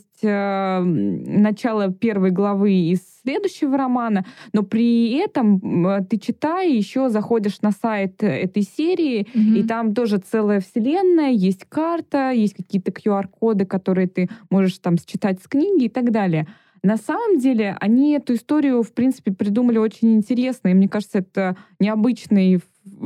начало первой главы из следующего романа, но при этом ты, читая, еще заходишь на сайт этой серии, и там тоже целая вселенная, есть карта, есть какие-то QR-коды, которые ты можешь там считать с книги и так далее. На самом деле они эту историю, в принципе, придумали очень интересно, и мне кажется, это необычный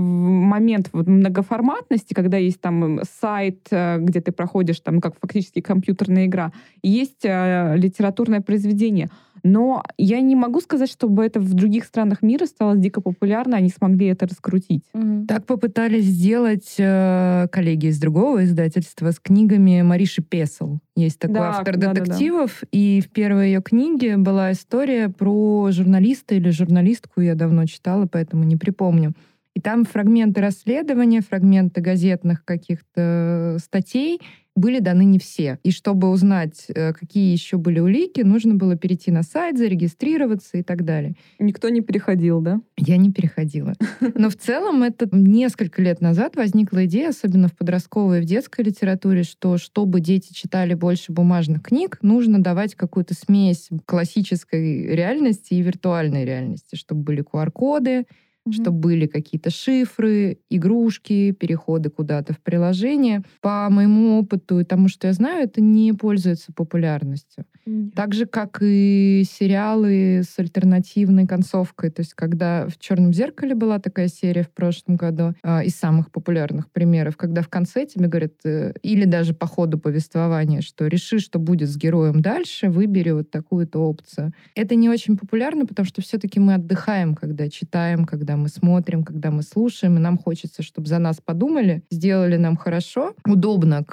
момент вот многоформатности, когда есть там сайт, где ты проходишь там как фактически компьютерная игра, и есть литературное произведение. Но я не могу сказать, чтобы это в других странах мира стало дико популярно, они смогли это раскрутить. Так попытались сделать коллеги из другого издательства с книгами Мариши Песл. Есть такой автор детективов, и в первой ее книге была история про журналиста или журналистку, я давно читала, поэтому не припомню. И там фрагменты расследования, фрагменты газетных каких-то статей были даны не все. И чтобы узнать, какие еще были улики, нужно было перейти на сайт, зарегистрироваться и так далее. Никто не переходил, да? Я не переходила. Но в целом это несколько лет назад возникла идея, особенно в подростковой и в детской литературе, что чтобы дети читали больше бумажных книг, нужно давать какую-то смесь классической реальности и виртуальной реальности, чтобы были QR-коды, чтобы были какие-то шифры, игрушки, переходы куда-то в приложение. По моему опыту и тому, что я знаю, это не пользуется популярностью. Так же, как и сериалы с альтернативной концовкой. То есть, когда в «Черном зеркале» была такая серия в прошлом году, из самых популярных примеров, когда в конце тебе говорят, или даже по ходу повествования, что реши, что будет с героем дальше, выбери вот такую-то опцию. Это не очень популярно, потому что все-таки мы отдыхаем, когда читаем, когда мы смотрим, когда мы слушаем, и нам хочется, чтобы за нас подумали, сделали нам хорошо, удобно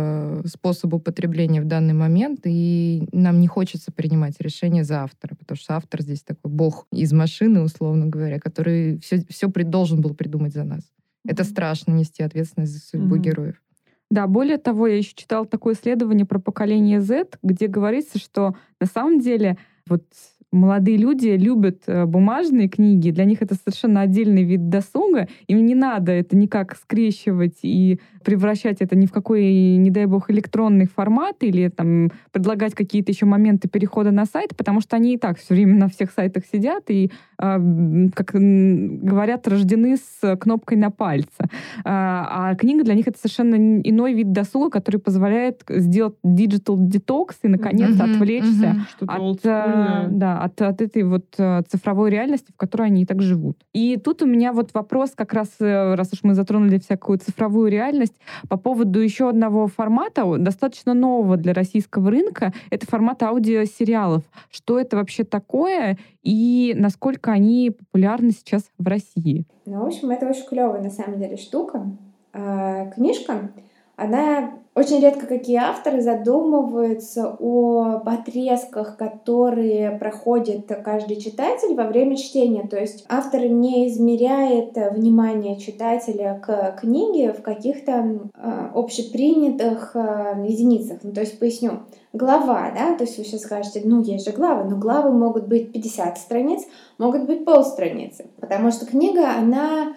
к способу потребления в данный момент, и нам не хочется принимать решение за автора, потому что автор здесь такой бог из машины, условно говоря, который все должен был придумать за нас. Это страшно, нести ответственность за судьбу героев. Да, более того, я еще читала такое исследование про поколение Z, где говорится, что на самом деле вот молодые люди любят бумажные книги, для них это совершенно отдельный вид досуга, им не надо это никак скрещивать и превращать это ни в какой, не дай бог, электронный формат или там предлагать какие-то еще моменты перехода на сайт, потому что они и так все время на всех сайтах сидят и, как говорят, рождены с кнопкой на пальце. А книга для них это совершенно иной вид досуга, который позволяет сделать digital detox и, наконец-то, отвлечься от этой вот цифровой реальности, в которой они и так живут. И тут у меня вот вопрос как раз, раз уж мы затронули всякую цифровую реальность, по поводу еще одного формата, достаточно нового для российского рынка, это формат аудиосериалов. Что это вообще такое и насколько они популярны сейчас в России? Ну, в общем, это очень клевая на самом деле штука. Книжка, она очень редко какие авторы задумываются о отрезках, которые проходит каждый читатель во время чтения. То есть автор не измеряет внимание читателя к книге в каких-то общепринятых единицах. Ну, то есть, поясню. Глава, да, то есть вы сейчас скажете, ну, есть же главы, но главы могут быть 50 страниц, могут быть полстраницы. Потому что книга, она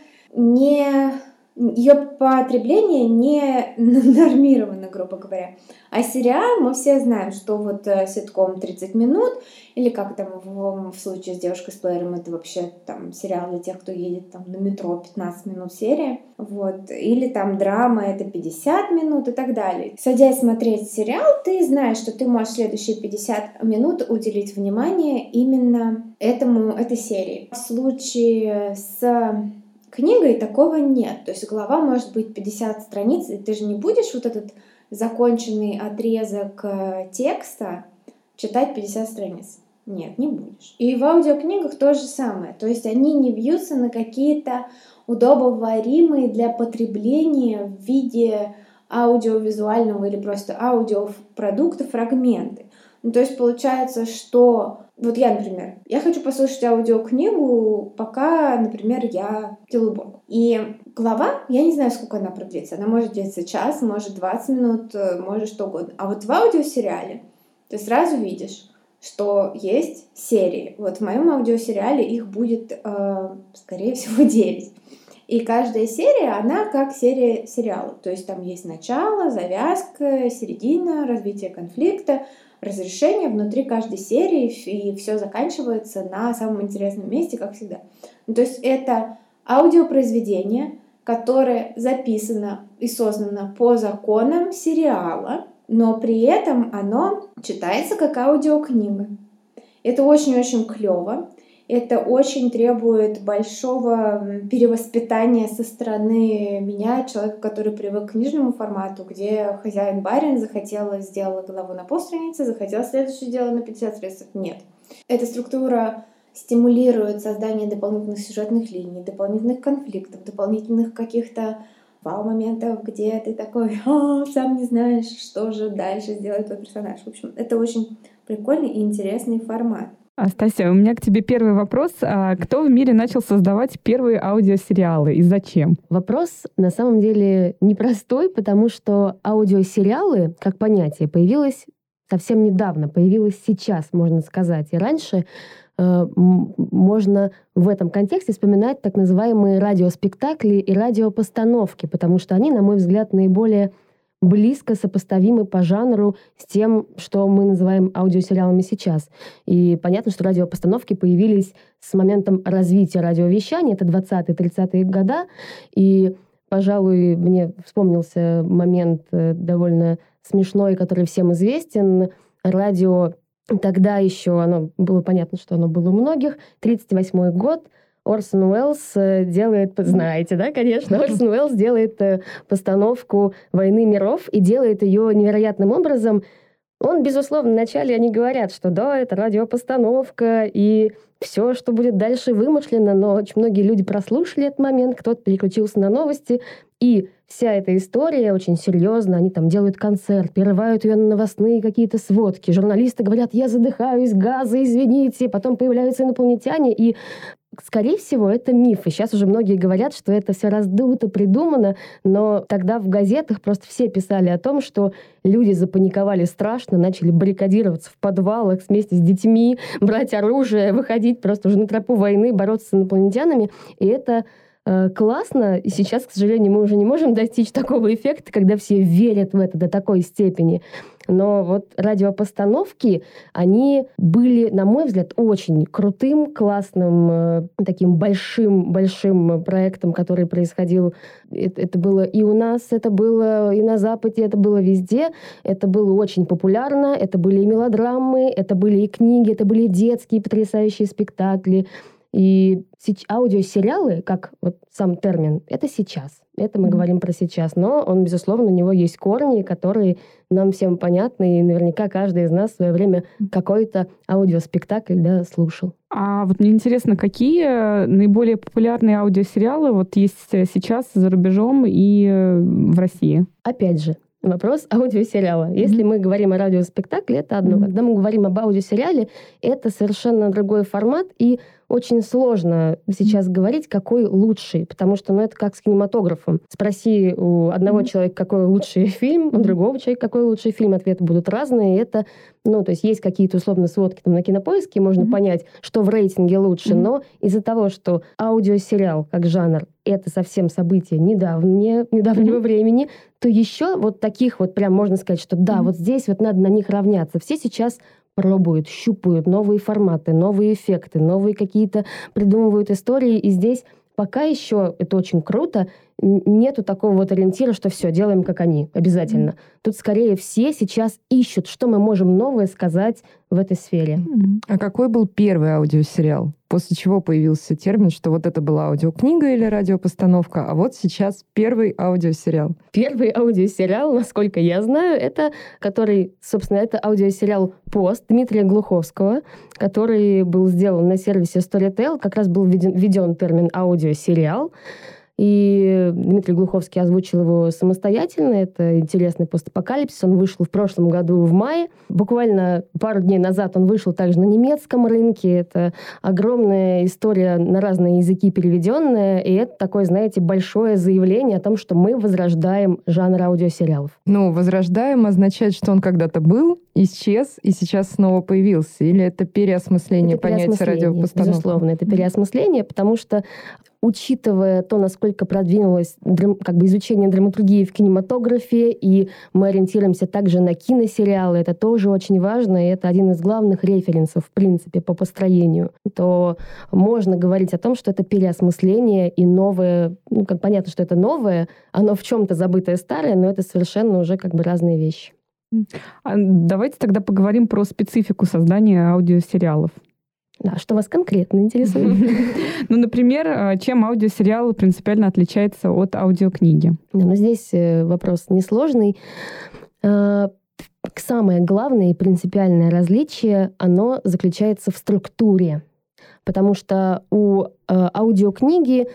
ее потребление не нормировано, грубо говоря. А сериал, мы все знаем, что вот ситком 30 минут, или как там в случае с «Девушкой с плеером», это вообще там сериал для тех, кто едет там на метро, 15 минут серия, вот, или там драма, это 50 минут и так далее. Садясь смотреть сериал, ты знаешь, что ты можешь следующие 50 минут уделить внимание именно этой серии. В случае с книгой такого нет. То есть глава может быть 50 страниц, и ты же не будешь вот этот законченный отрезок текста читать 50 страниц. Нет, не будешь. И в аудиокнигах то же самое. То есть они не бьются на какие-то удобоваримые для потребления в виде аудиовизуального или просто аудиопродукта фрагменты. Ну, то есть получается, что вот я, например, я хочу послушать аудиокнигу, пока, например, я делаю уборку. И глава, я не знаю, сколько она продлится. Она может длиться час, может 20 минут, может что угодно. А вот в аудиосериале ты сразу видишь, что есть серии. Вот в моем аудиосериале их будет, скорее всего, 9. И каждая серия, она как серия сериала. То есть там есть начало, завязка, середина, развитие конфликта, разрешение внутри каждой серии, и все заканчивается на самом интересном месте, как всегда. То есть это аудиопроизведение, которое записано и создано по законам сериала, но при этом оно читается как аудиокнига. Это очень-очень клево. Это очень требует большого перевоспитания со стороны меня, человека, который привык к книжному формату, где хозяин-барин захотела, сделала главу на полстраницы, захотела следующее дело на 50 страниц. Нет. Эта структура стимулирует создание дополнительных сюжетных линий, дополнительных конфликтов, дополнительных каких-то вау-моментов, где ты такой сам не знаешь, что же дальше сделает твой персонаж. В общем, это очень прикольный и интересный формат. Стася, у меня к тебе первый вопрос. Кто в мире начал создавать первые аудиосериалы и зачем? Вопрос на самом деле непростой, потому что аудиосериалы, как понятие, появилось совсем недавно, появилось сейчас, можно сказать. И раньше можно в этом контексте вспоминать так называемые радиоспектакли и радиопостановки, потому что они, на мой взгляд, наиболее близко сопоставимы по жанру с тем, что мы называем аудиосериалами сейчас. И понятно, что радиопостановки появились с моментом развития радиовещания, это 20-30-е годы, и, пожалуй, мне вспомнился момент довольно смешной, который всем известен. Радио тогда еще, оно было понятно, что оно было у многих, 1938 год, Орсон Уэллс делает, знаете, да, конечно, Орсон Уэллс делает постановку «Войны миров» и делает ее невероятным образом. Он, безусловно, вначале они говорят, что да, это радиопостановка, и все, что будет дальше, вымышленно, но очень многие люди прослушали этот момент, кто-то переключился на новости, и вся эта история очень серьезно, они там делают концерт, прерывают ее на новостные какие-то сводки, журналисты говорят, я задыхаюсь, газы, извините, потом появляются инопланетяне, и скорее всего, это миф. И сейчас уже многие говорят, что это все раздуто, придумано, но тогда в газетах просто все писали о том, что люди запаниковали страшно, начали баррикадироваться в подвалах вместе с детьми, брать оружие, выходить просто уже на тропу войны, бороться с инопланетянами. И это классно, и сейчас, к сожалению, мы уже не можем достичь такого эффекта, когда все верят в это до такой степени. Но вот радиопостановки, они были, на мой взгляд, очень крутым, классным, таким большим проектом, который происходил. Это было и у нас, это было и на Западе, это было везде. Это было очень популярно, это были и мелодрамы, это были и книги, это были и детские потрясающие спектакли. И аудиосериалы, как вот сам термин, это сейчас. Это мы говорим про сейчас. Но он, безусловно, у него есть корни, которые нам всем понятны. И наверняка каждый из нас в свое время какой-то аудиоспектакль слушал. А вот мне интересно, какие наиболее популярные аудиосериалы вот есть сейчас за рубежом и в России? Опять же, вопрос аудиосериала. Если мы говорим о радиоспектакле, это одно. Когда мы говорим об аудиосериале, это совершенно другой формат, и очень сложно сейчас говорить, какой лучший, потому что это как с кинематографом. Спроси у одного человека, какой лучший фильм, у другого человека, какой лучший фильм, ответы будут разные. Это, то есть есть какие-то условно сводки там на Кинопоиске, можно понять, что в рейтинге лучше, но из-за того, что аудиосериал как жанр это совсем событие недавнего времени, то еще вот таких вот прям можно сказать, что да, вот здесь вот надо на них равняться. Все сейчас пробуют, щупают новые форматы, новые эффекты, новые какие-то придумывают истории. И здесь пока еще, это очень круто, нету такого вот ориентира, что все, делаем как они, обязательно. Тут скорее все сейчас ищут, что мы можем новое сказать в этой сфере. А какой был первый аудиосериал? После чего появился термин, что вот это была аудиокнига или радиопостановка, а вот сейчас первый аудиосериал? Первый аудиосериал, насколько я знаю, это аудиосериал «Пост» Дмитрия Глуховского, который был сделан на сервисе Storytel. Как раз был введен термин аудиосериал. И Дмитрий Глуховский озвучил его самостоятельно. Это интересный постапокалипсис. Он вышел в прошлом году в мае. Буквально пару дней назад он вышел также на немецком рынке. Это огромная история на разные языки переведенная. И это такое, знаете, большое заявление о том, что мы возрождаем жанр аудиосериалов. Ну, возрождаем означает, что он когда-то был, исчез и сейчас снова появился? Или это переосмысление понятия радиопостановки? Безусловно, это переосмысление, потому что учитывая то, насколько продвинулось изучение драматургии в кинематографе, и мы ориентируемся также на киносериалы, это тоже очень важно, и это один из главных референсов, в принципе, по построению, то можно говорить о том, что это переосмысление и новое, понятно, что это новое, оно в чем-то забытое старое, но это совершенно уже разные вещи. Давайте тогда поговорим про специфику создания аудиосериалов. Да, что вас конкретно интересует? Ну, например, чем аудиосериал принципиально отличается от аудиокниги? Здесь вопрос несложный. Самое главное и принципиальное различие, оно заключается в структуре. Потому что у аудиокниги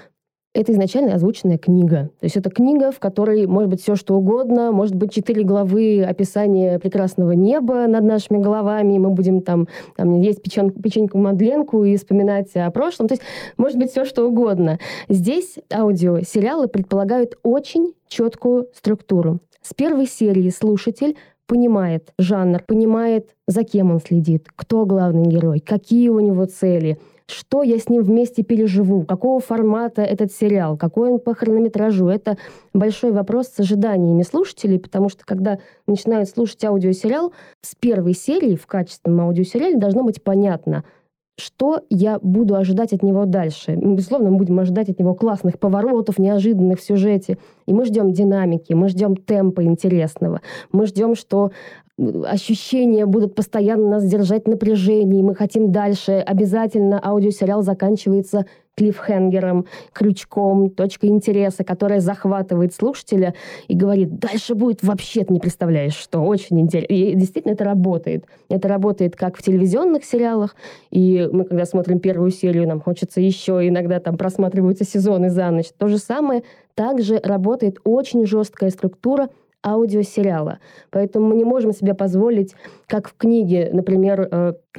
это изначально озвученная книга. То есть это книга, в которой может быть все, что угодно. Может быть 4 главы описания прекрасного неба над нашими головами. Мы будем там есть печеньку-мадленку и вспоминать о прошлом. То есть может быть все, что угодно. Здесь аудиосериалы предполагают очень четкую структуру. С первой серии слушатель понимает жанр, понимает, за кем он следит, кто главный герой, какие у него цели, что я с ним вместе переживу, какого формата этот сериал, какой он по хронометражу. Это большой вопрос с ожиданиями слушателей, потому что когда начинают слушать аудиосериал, с первой серии в качественном аудиосериале должно быть понятно, что я буду ожидать от него дальше. Безусловно, мы будем ожидать от него классных поворотов, неожиданных в сюжете. И мы ждем динамики, мы ждем темпа интересного. Мы ждем, что ощущения будут постоянно нас держать в напряжении. Мы хотим дальше. Обязательно аудиосериал заканчивается клиффхенгером, крючком, точкой интереса, которая захватывает слушателя и говорит, дальше будет вообще ты не представляешь, что очень интересно. И действительно это работает. Это работает как в телевизионных сериалах, и мы, когда смотрим первую серию, нам хочется еще, иногда там просматриваются сезоны за ночь. То же самое также работает очень жесткая структура аудиосериала. Поэтому мы не можем себе позволить, как в книге, например,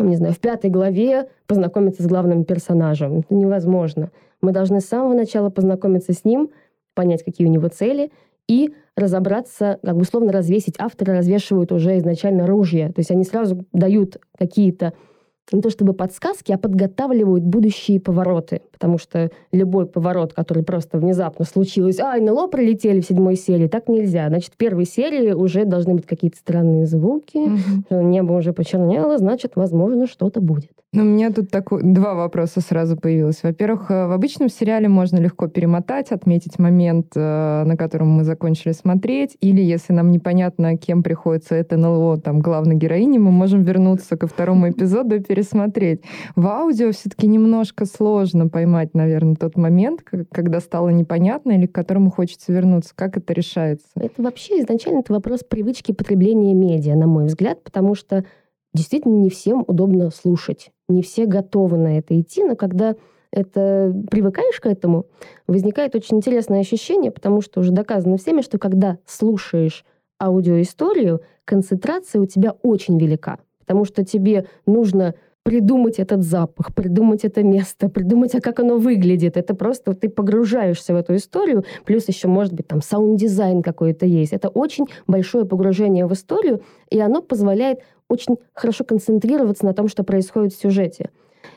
в 5 главе познакомиться с главным персонажем. Это невозможно. Мы должны с самого начала познакомиться с ним, понять, какие у него цели, и разобраться, условно развесить. Авторы развешивают уже изначально ружья. То есть они сразу дают какие-то не то чтобы подсказки, а подготавливают будущие повороты. Потому что любой поворот, который просто внезапно случилось, НЛО прилетели в 7 серии, так нельзя. Значит, в 1 серии уже должны быть какие-то странные звуки, небо уже почернело, значит, возможно, что-то будет. У меня тут 2 вопроса сразу появилось. Во-первых, в обычном сериале можно легко перемотать, отметить момент, на котором мы закончили смотреть, или если нам непонятно, кем приходится это НЛО, главной героине, мы можем вернуться ко 2 эпизоду и пересмотреть. В аудио все-таки немножко сложно поймать, наверное, тот момент, когда стало непонятно или к которому хочется вернуться. Как это решается? Это вообще изначально это вопрос привычки потребления медиа, на мой взгляд, потому что действительно не всем удобно слушать. Не все готовы на это идти, но когда привыкаешь к этому, возникает очень интересное ощущение, потому что уже доказано всеми, что когда слушаешь аудиоисторию, концентрация у тебя очень велика, потому что тебе нужно придумать этот запах, придумать это место, придумать, как оно выглядит. Это просто ты погружаешься в эту историю, плюс еще, может быть, саунд-дизайн какой-то есть. Это очень большое погружение в историю, и оно позволяет очень хорошо концентрироваться на том, что происходит в сюжете.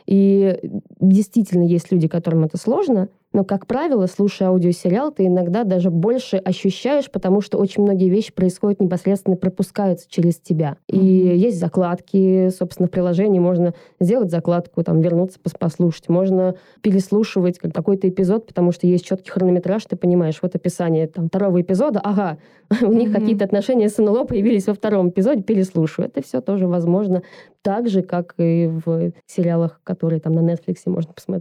И действительно есть люди, которым это сложно, но, как правило, слушая аудиосериал, ты иногда даже больше ощущаешь, потому что очень многие вещи происходят непосредственно, пропускаются через тебя. И есть закладки, собственно, в приложении можно сделать закладку, вернуться, послушать. Можно переслушивать какой-то эпизод, потому что есть четкий хронометраж, ты понимаешь, вот описание 2 эпизода, у них какие-то отношения с НЛО появились во 2 эпизоде, переслушиваю. Это все тоже возможно так же, как и в сериалах, которые на Netflix можно посмотреть.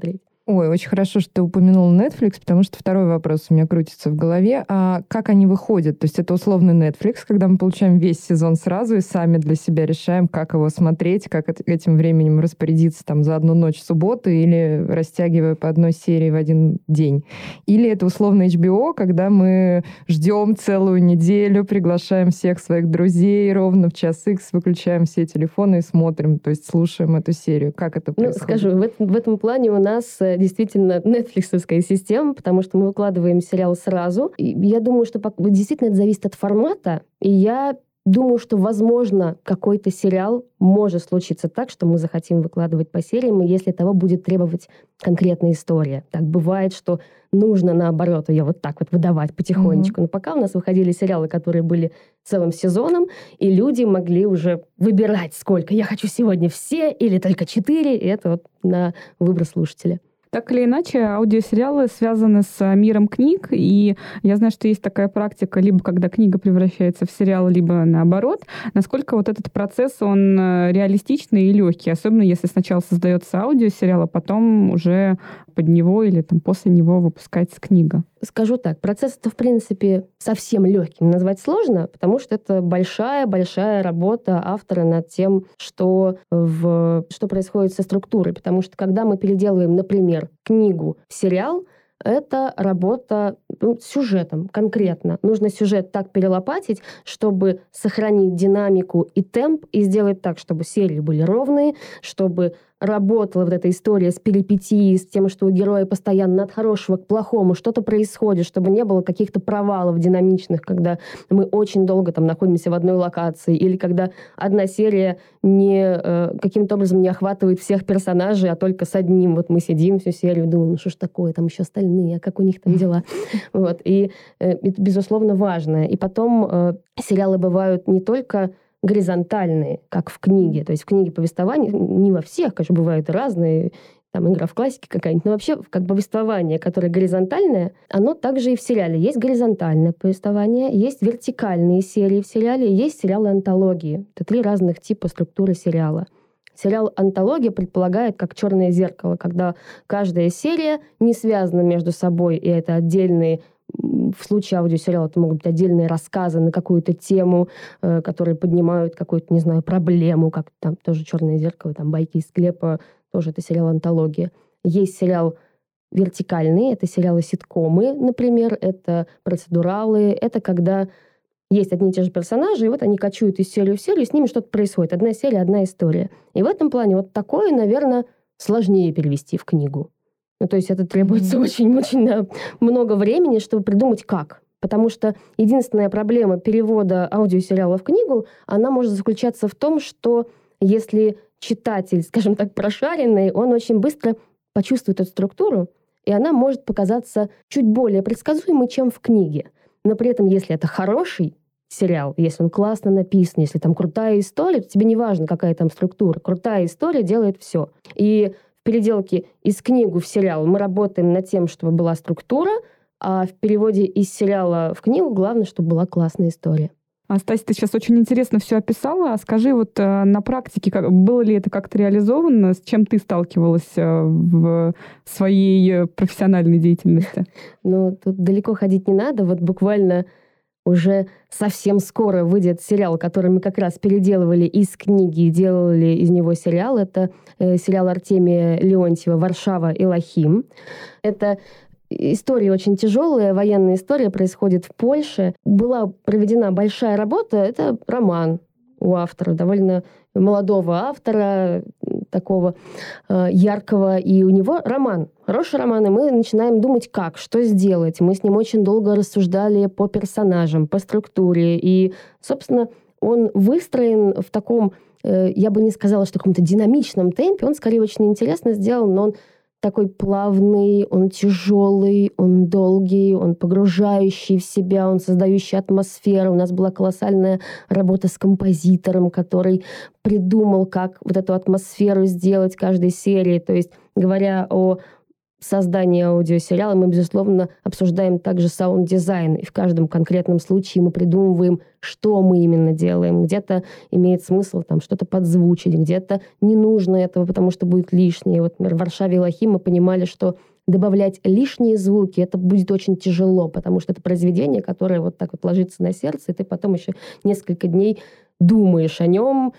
Ой, очень хорошо, что ты упомянул Netflix, потому что второй вопрос у меня крутится в голове. А как они выходят? То есть это условный Netflix, когда мы получаем весь сезон сразу и сами для себя решаем, как его смотреть, как этим временем распорядиться там за одну ночь субботы или растягивая по одной серии в один день. Или это условно HBO, когда мы ждем целую неделю, приглашаем всех своих друзей ровно в час X, выключаем все телефоны и смотрим, то есть слушаем эту серию. Как это происходит? Скажу, в этом плане у нас действительно нетфликсовская система, потому что мы выкладываем сериал сразу. И я думаю, что действительно это зависит от формата. И я думаю, что, возможно, какой-то сериал может случиться так, что мы захотим выкладывать по сериям, и если того будет требовать конкретная история. Так бывает, что нужно, наоборот, ее вот так вот выдавать потихонечку. Но пока у нас выходили сериалы, которые были целым сезоном, и люди могли уже выбирать, сколько. Я хочу сегодня все или только 4, и это вот на выбор слушателя. Так или иначе, аудиосериалы связаны с миром книг, и я знаю, что есть такая практика, либо когда книга превращается в сериал, либо наоборот. Насколько вот этот процесс, он реалистичный и легкий, особенно если сначала создается аудиосериал, а потом уже под него или там после него выпускается книга? Скажу так, процесс это, в принципе, совсем легким назвать сложно, потому что это большая-большая работа автора над тем, что происходит со структурой. Потому что когда мы переделываем, например, книгу в сериал, это работа с сюжетом конкретно. Нужно сюжет так перелопатить, чтобы сохранить динамику и темп, и сделать так, чтобы серии были ровные, чтобы работала вот эта история с перипетией, с тем, что у героя постоянно от хорошего к плохому что-то происходит, чтобы не было каких-то провалов динамичных, когда мы очень долго там находимся в одной локации, или когда одна серия каким-то образом не охватывает всех персонажей, а только с одним. Вот мы сидим всю серию, думаем, ну что ж такое, там еще остальные, а как у них там дела? Вот. И это, безусловно, важно. И потом сериалы бывают не только горизонтальные, как в книге. То есть в книге повествования, не во всех, конечно, бывают разные, там игра в классике какая-нибудь, но вообще как повествование, которое горизонтальное, оно также и в сериале. Есть горизонтальное повествование, есть вертикальные серии в сериале, есть сериалы-антологии. Это 3 разных типа структуры сериала. Сериал-антология предполагает как «Черное зеркало», когда каждая серия не связана между собой, и это отдельные. В случае аудиосериала это могут быть отдельные рассказы на какую-то тему, которые поднимают какую-то, не знаю, проблему, как там тоже «Черное зеркало», там «Байки из склепа», тоже это сериал-антология. Есть сериал вертикальный, это сериалы-ситкомы, например, это процедуралы, это когда есть одни и те же персонажи, и вот они кочуют из серии в серию, и с ними что-то происходит. Одна серия, одна история. И в этом плане вот такое, наверное, сложнее перевести в книгу. Ну, то есть это требуется очень-очень много времени, чтобы придумать как. Потому что единственная проблема перевода аудиосериала в книгу, она может заключаться в том, что если читатель, скажем так, прошаренный, он очень быстро почувствует эту структуру, и она может показаться чуть более предсказуемой, чем в книге. Но при этом, если это хороший сериал, если он классно написан, если там крутая история, то тебе не важно, какая там структура. Крутая история делает все. И в переделке из книги в сериал мы работаем над тем, чтобы была структура, а в переводе из сериала в книгу главное, чтобы была классная история. Стась, ты сейчас очень интересно все описала. Скажи, вот на практике, было ли это как-то реализовано? С чем ты сталкивалась в своей профессиональной деятельности? Ну, тут далеко ходить не надо. Вот буквально уже совсем скоро выйдет сериал, который мы как раз переделывали из книги и делали из него сериал. Это сериал Артемия Леонтьева «Варшава Элохим». Это история очень тяжелая, военная история, происходит в Польше. Была проведена большая работа, это роман у автора, довольно молодого автора, такого яркого, и у него роман, хороший роман, и мы начинаем думать, что сделать. Мы с ним очень долго рассуждали по персонажам, по структуре, и, собственно, он выстроен в таком, я бы не сказала, что в каком-то динамичном темпе, он скорее очень интересно сделан, но он такой плавный, он тяжелый, он долгий, он погружающий в себя, он создающий атмосферу. У нас была колоссальная работа с композитором, который придумал, как вот эту атмосферу сделать каждой серии. То есть, говоря о создания аудиосериала мы, безусловно, обсуждаем также саунд-дизайн. И в каждом конкретном случае мы придумываем, что мы именно делаем. Где-то имеет смысл там что-то подзвучить, где-то не нужно этого, потому что будет лишнее. Вот, например, в «Варшаве и Лохи» мы понимали, что добавлять лишние звуки, это будет очень тяжело, потому что это произведение, которое вот так вот ложится на сердце, и ты потом еще несколько дней думаешь о нем,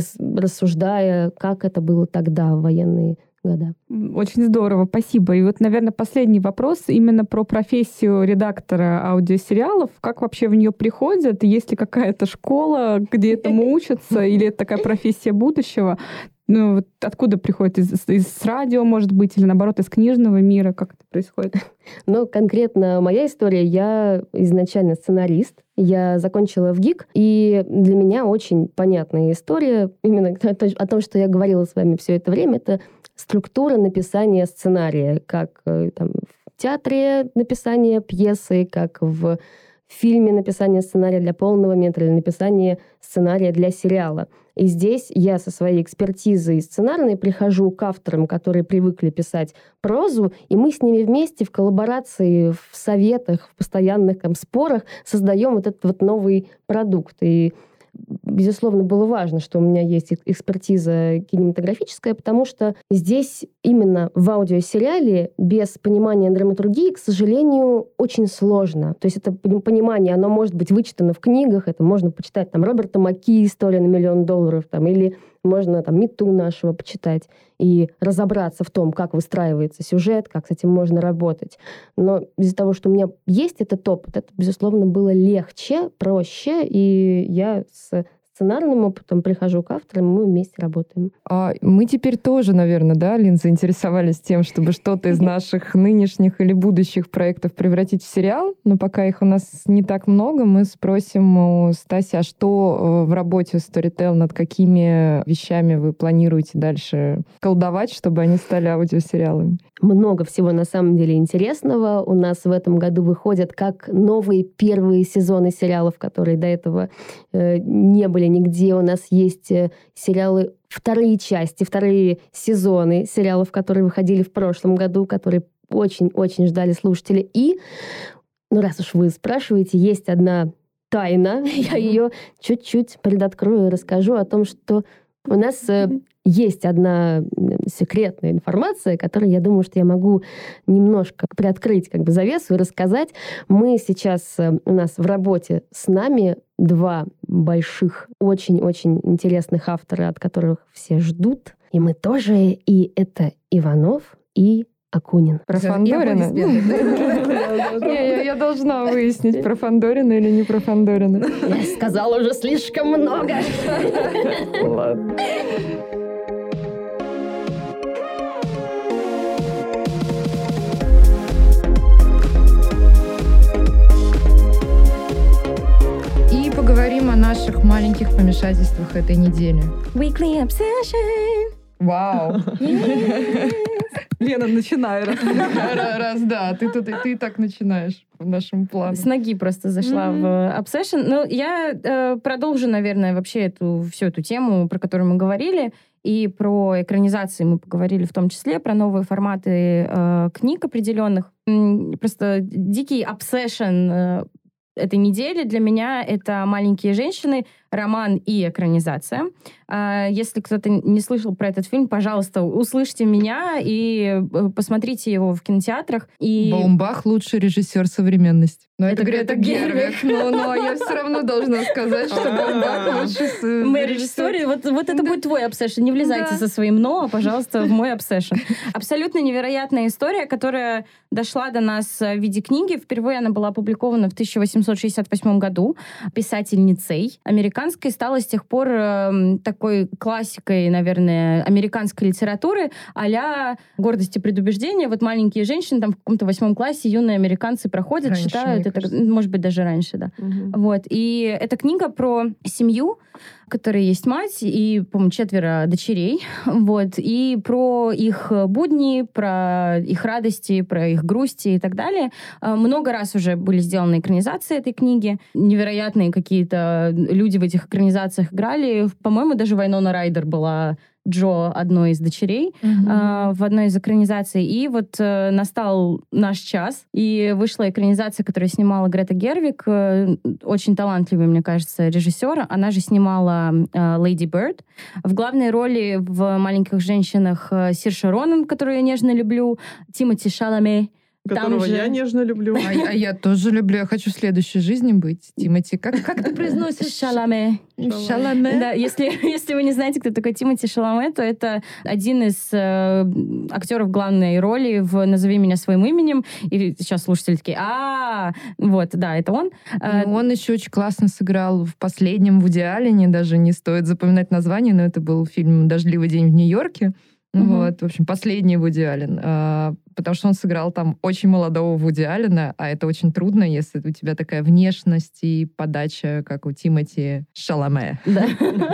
рассуждая, как это было тогда, в военные года. Очень здорово, спасибо. И вот, наверное, последний вопрос именно про профессию редактора аудиосериалов. Как вообще в нее приходят? Есть ли какая-то школа, где этому учатся? Или это такая профессия будущего? Ну, вот откуда приходит? Из радио, может быть, или наоборот, из книжного мира? Как это происходит? Ну, конкретно моя история. Я изначально сценарист. Я закончила в ГИК, и для меня очень понятная история именно о том, что я говорила с вами все это время, это структура написания сценария, как там, в театре написание пьесы, как в фильме написание сценария для полного метра или написание сценария для сериала. И здесь я со своей экспертизой сценарной прихожу к авторам, которые привыкли писать прозу, и мы с ними вместе в коллаборации, в советах, в постоянных там, спорах создаем вот этот вот новый продукт. И, безусловно, было важно, что у меня есть экспертиза кинематографическая, потому что здесь именно в аудиосериале без понимания драматургии, к сожалению, очень сложно. То есть это понимание, оно может быть вычитано в книгах, это можно почитать там Роберта Маки «История на $1 миллион», там, или можно там «Мету» нашего почитать и разобраться в том, как выстраивается сюжет, как с этим можно работать. Но из-за того, что у меня есть этот опыт, это, безусловно, было легче, проще, и я с сценарным опытом прихожу к авторам, и мы вместе работаем. Мы теперь тоже, наверное, да, Лин, заинтересовались тем, чтобы что-то из наших нынешних или будущих проектов превратить в сериал, но пока их у нас не так много, мы спросим у Стаси, а что в работе Storytel, над какими вещами вы планируете дальше колдовать, чтобы они стали аудиосериалами? Много всего на самом деле интересного. У нас в этом году выходят как новые первые сезоны сериалов, которые до этого не были нигде. У нас есть сериалы, вторые части, вторые сезоны сериалов, которые выходили в прошлом году, которые очень-очень ждали слушатели. И, ну раз уж вы спрашиваете, есть одна тайна. Я ее чуть-чуть предоткрою и расскажу о том, что у нас есть одна секретная информация, которую, я думаю, что я могу немножко приоткрыть как бы завесу и рассказать. Мы сейчас, у нас в работе с нами 2 больших, очень-очень интересных автора, от которых все ждут. И мы тоже. И это Иванов и Акунин. Про Фандорина? Я должна выяснить, про Фандорина или не про Фандорина. Я сказала уже слишком много. Ладно. И поговорим о наших маленьких помешательствах этой недели. Weekly Obsession. Вау! Лена, начинай. Да, ты так начинаешь в нашем плане. С ноги просто зашла в Obsession. Ну, я продолжу, наверное, вообще всю эту тему, про которую мы говорили, и про экранизации мы поговорили в том числе, про новые форматы книг определенных. Просто дикий Obsession этой недели для меня это «Маленькие женщины», роман и экранизация. Если кто-то не слышал про этот фильм, пожалуйста, услышьте меня и посмотрите его в кинотеатрах. И... Баумбах — лучший режиссер современности. Но это Гервиг. Но я все равно должна сказать, что Баумбах лучший Мой режиссер. Вот это будет твой обсессион. Не влезайте со своим «но», пожалуйста, в мой обсессион. Абсолютно невероятная история, которая дошла до нас в виде книги. Впервые она была опубликована в 1868 году писательницей американской, стала с тех пор такой классикой, наверное, американской литературы а-ля «Гордость и предубеждение». Вот «Маленькие женщины» там в каком-то 8 классе юные американцы проходят, раньше, читают. Это, может быть, даже раньше, да. Вот. И это книга про семью, у которой есть мать и, по-моему, 4 дочерей. Вот. И про их будни, про их радости, про их грусти и так далее. Много раз уже были сделаны экранизации этой книги. Невероятные какие-то люди в этих экранизациях играли. По-моему, даже Вайнона Райдер была Джо, одной из дочерей, в одной из экранизаций. И вот настал наш час, и вышла экранизация, которую снимала Грета Гервиг, очень талантливый, мне кажется, режиссер. Она же снимала «Леди Бирд». В главной роли в «Маленьких женщинах» Сирша Ронан, которую я нежно люблю, Тимоти Шаламе. Которого я нежно люблю. А я тоже люблю. Я хочу в следующей жизни быть. Тимоти, как ты произносишь? Шаламе. Шаламе. Да, если вы не знаете, кто такой Тимоти Шаламе, то это один из актеров главной роли в «Назови меня своим именем». И сейчас слушатели такие, вот, да, это он. И он еще очень классно сыграл в последнем Вуди Аллене, даже не стоит запоминать название, но это был фильм «Дождливый день в Нью-Йорке». Вот, в общем, последний Вуди Аллен. Потому что он сыграл там очень молодого Вуди Аллена, а это очень трудно, если у тебя такая внешность и подача, как у Тимоти Шаламе. Да.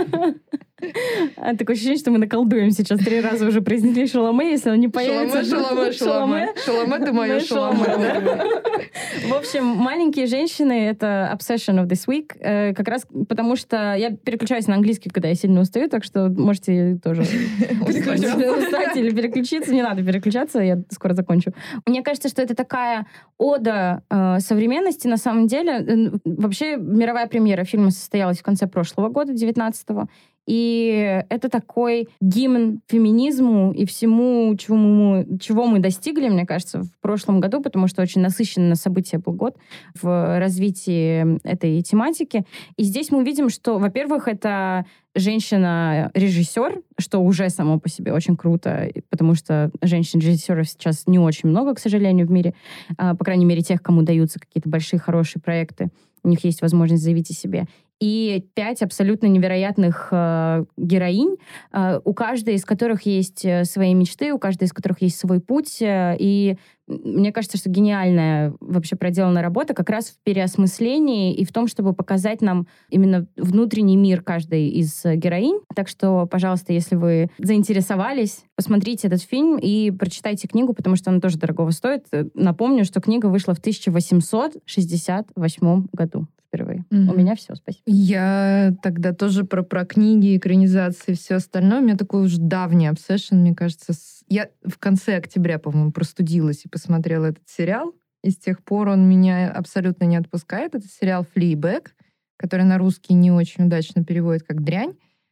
Такое ощущение, что мы наколдуем сейчас. 3 раза уже произнесли Шаламе, если он не появится. Шаламе. Шаламе, ты моя Шаламе. В общем, «Маленькие женщины» — это obsession of this week, как раз потому что я переключаюсь на английский, когда я сильно устаю, так что можете тоже устать или переключиться. Не надо переключаться, я скоро закончу. Мне кажется, что это такая ода современности, на самом деле. Вообще, мировая премьера фильма состоялась в конце прошлого года, 19-го. И это такой гимн феминизму и всему, чего мы достигли, мне кажется, в прошлом году, потому что очень насыщенный на события был год в развитии этой тематики. И здесь мы увидим, что, во-первых, это женщина-режиссер, что уже само по себе очень круто, потому что женщин-режиссеров сейчас не очень много, к сожалению, в мире. По крайней мере, тех, кому даются какие-то большие, хорошие проекты. У них есть возможность заявить о себе. И 5 абсолютно невероятных героинь, у каждой из которых есть свои мечты, у каждой из которых есть свой путь. И мне кажется, что гениальная вообще проделана работа как раз в переосмыслении и в том, чтобы показать нам именно внутренний мир каждой из героинь. Так что, пожалуйста, если вы заинтересовались, посмотрите этот фильм и прочитайте книгу, потому что она тоже дорогого стоит. Напомню, что книга вышла в 1868 году. Впервые. У меня все, спасибо. Я тогда тоже про книги, экранизации и все остальное. У меня такой уж давний обсессион, мне кажется. Я в конце октября, по-моему, простудилась и посмотрела этот сериал. И с тех пор он меня абсолютно не отпускает. Это сериал «Флибэг», который на русский не очень удачно переводит как «Дрянь»,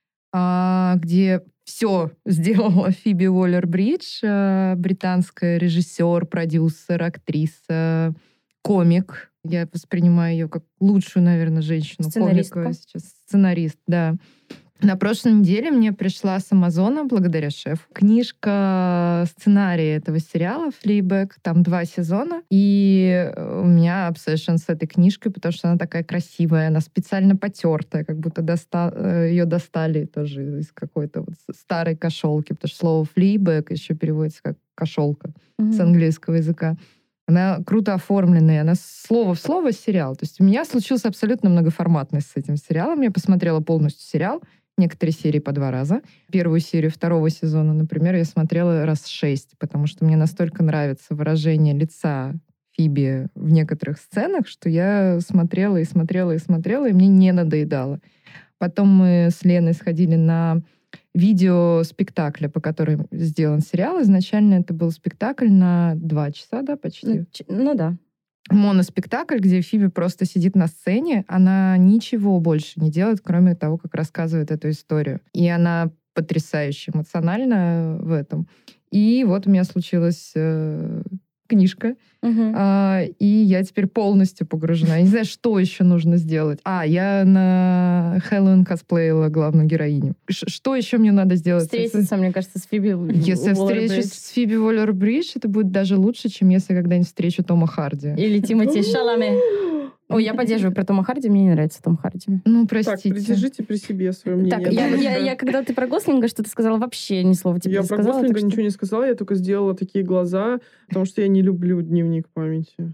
где все сделала Фиби Уоллер-Бридж, британская режиссер, продюсер, актриса, комик. Я воспринимаю ее как лучшую, наверное, женщину-комика сейчас. Сценарист, да. На прошлой неделе мне пришла с Амазона, благодаря шефу, книжка сценария этого сериала «Флибэг». Там 2 сезона. И у меня обсессион с этой книжкой, потому что она такая красивая, она специально потертая, как будто ее достали тоже из какой-то вот старой кошелки, потому что слово «флибэг» еще переводится как «кошелка» с английского языка. Она круто оформленная, она слово в слово сериал. То есть у меня случилась абсолютно многоформатность с этим сериалом. Я посмотрела полностью сериал, некоторые серии по 2 раза. Первую серию 2-го сезона, например, я смотрела раз 6, потому что мне настолько нравится выражение лица Фиби в некоторых сценах, что я смотрела и смотрела и смотрела, и мне не надоедало. Потом мы с Леной сходили на видеоспектакля, по которому сделан сериал. Изначально это был спектакль на 2 часа, да, почти? Ну да. Моноспектакль, где Фиби просто сидит на сцене, она ничего больше не делает, кроме того, как рассказывает эту историю. И она потрясающе эмоциональна в этом. И вот у меня случилась книжка, и я теперь полностью погружена. Я не знаю, что еще нужно сделать. Я на Хэллоуин косплеила главную героиню. Что еще мне надо сделать? Встретиться, мне кажется, с Фиби Уоллер-Бридж. Если я встречусь с Фиби Уоллер-Бридж, это будет даже лучше, чем если я когда-нибудь встречу Тома Харди. Или Тимоти Шаламе. Ой, я поддерживаю про Тома Харди, мне не нравится Том Харди. Ну, простите. Так, придержите при себе свое мнение. Так, я когда ты про Гослинга что-то сказала, вообще ни слова тебе не сказала. Я про Гослинга ничего не сказала, я только сделала такие глаза, потому что я не люблю дневник памяти.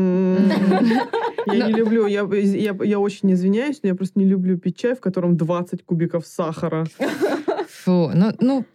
Я не люблю, я очень извиняюсь, но я просто не люблю пить чай, в котором 20 кубиков сахара. Фу, ну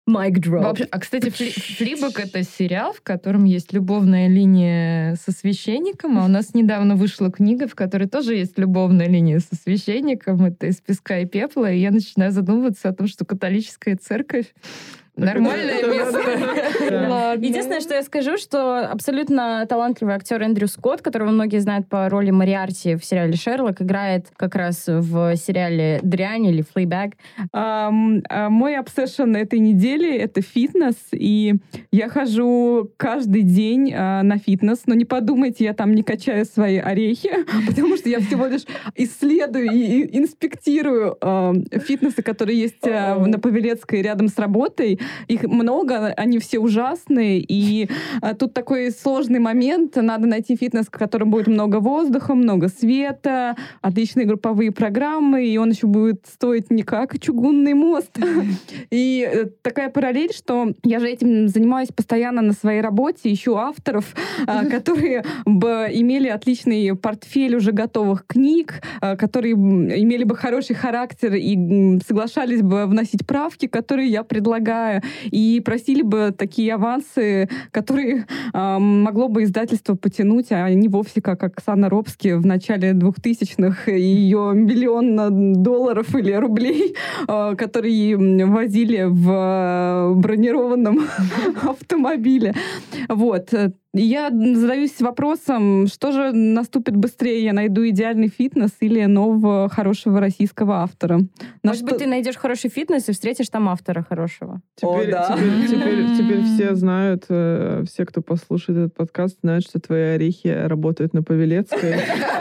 Mic drop. Вообще, кстати, «Флибок» — это сериал, в котором есть любовная линия со священником, а у нас недавно вышла книга, в которой тоже есть любовная линия со священником. Это «Из песка и пепла», и я начинаю задумываться о том, что католическая церковь нормальное место. Ладно. Единственное, что я скажу, что абсолютно талантливый актер Эндрю Скотт, которого многие знают по роли Мориарти в сериале «Шерлок», играет как раз в сериале «Дрянь» или «Флейбэг». Мой обсессион этой недели — это фитнес, и я хожу каждый день на фитнес, но не подумайте, я там не качаю свои орехи, потому что я всего лишь исследую и инспектирую фитнесы, которые есть на Павелецкой рядом с работой. Их много, они все ужасные, и тут такой сложный момент. Надо найти фитнес, в котором будет много воздуха, много света, отличные групповые программы, и он еще будет стоить не как чугунный мост. И такая параллель, что я же этим занимаюсь постоянно на своей работе, ищу авторов, которые бы имели отличный портфель уже готовых книг, которые имели бы хороший характер и соглашались бы вносить правки, которые я предлагаю, и просили бы такие авансы, которые могло бы издательство потянуть, а не вовсе как Оксана Робски в начале 2000-х и ее $1 миллион или рублей, которые возили в бронированном автомобиле. Вот. Я задаюсь вопросом, что же наступит быстрее, я найду идеальный фитнес или нового хорошего российского автора? Может быть, ты найдешь хороший фитнес и встретишь там автора хорошего. Теперь все знают, все, кто послушает этот подкаст, знают, что твои орехи работают на Павелецкой.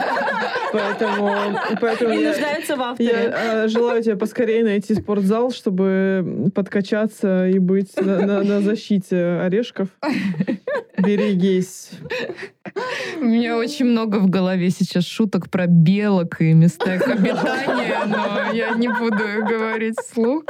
Поэтому И нуждаются в авторе. Я желаю тебе поскорее найти спортзал, чтобы подкачаться и быть на защите орешков. Берегись. У меня очень много в голове сейчас шуток про белок и места их обитания, но я не буду говорить вслух.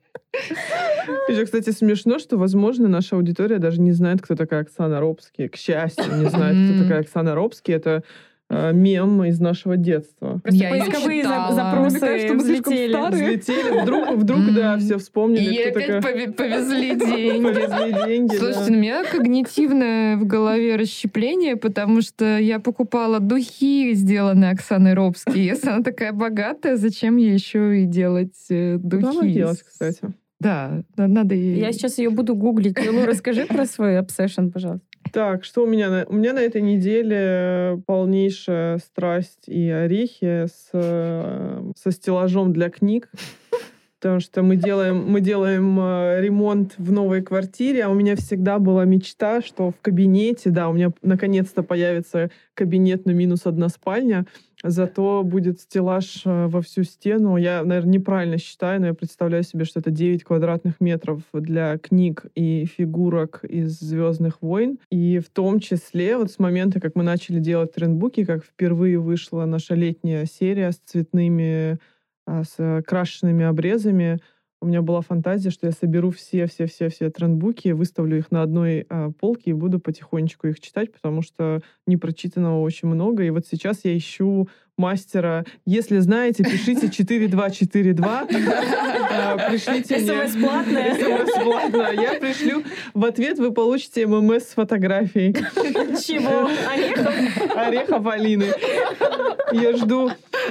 Еще, кстати, смешно, что, возможно, наша аудитория даже не знает, кто такая Оксана Робски. К счастью, не знает, кто такая Оксана Робски. Это мем из нашего детства. Просто поисковые запросы взлетели. Вдруг, да, все вспомнили. И опять повезли деньги. Слушайте, у меня когнитивное в голове расщепление, потому что я покупала духи, сделанные Оксаной Робски. Если она такая богатая, зачем ей еще и делать духи? Куда она делась, кстати? Да, надо ей... Я сейчас ее буду гуглить. Лу, расскажи про свой обсессион, пожалуйста. Так, что у меня? У меня на этой неделе полнейшая страсть и орехи со стеллажом для книг. Потому что мы делаем ремонт в новой квартире, а у меня всегда была мечта, что в кабинете, да, у меня наконец-то появится кабинет на -1 спальня, зато будет стеллаж во всю стену. Я, наверное, неправильно считаю, но я представляю себе, что это 9 квадратных метров для книг и фигурок из «Звездных войн». И в том числе вот с момента, как мы начали делать трендбуки, как впервые вышла наша летняя серия с цветными, с крашенными обрезами, у меня была фантазия, что я соберу все трендбуки, выставлю их на одной полке и буду потихонечку их читать, потому что непрочитанного очень много. И вот сейчас я ищу мастера. Если знаете, пишите 4242. Пришлите мне... СМС платное. СМС платное. Я пришлю. В ответ вы получите ММС с фотографией. Чего? Орехов? Орехов Алины. Я жду,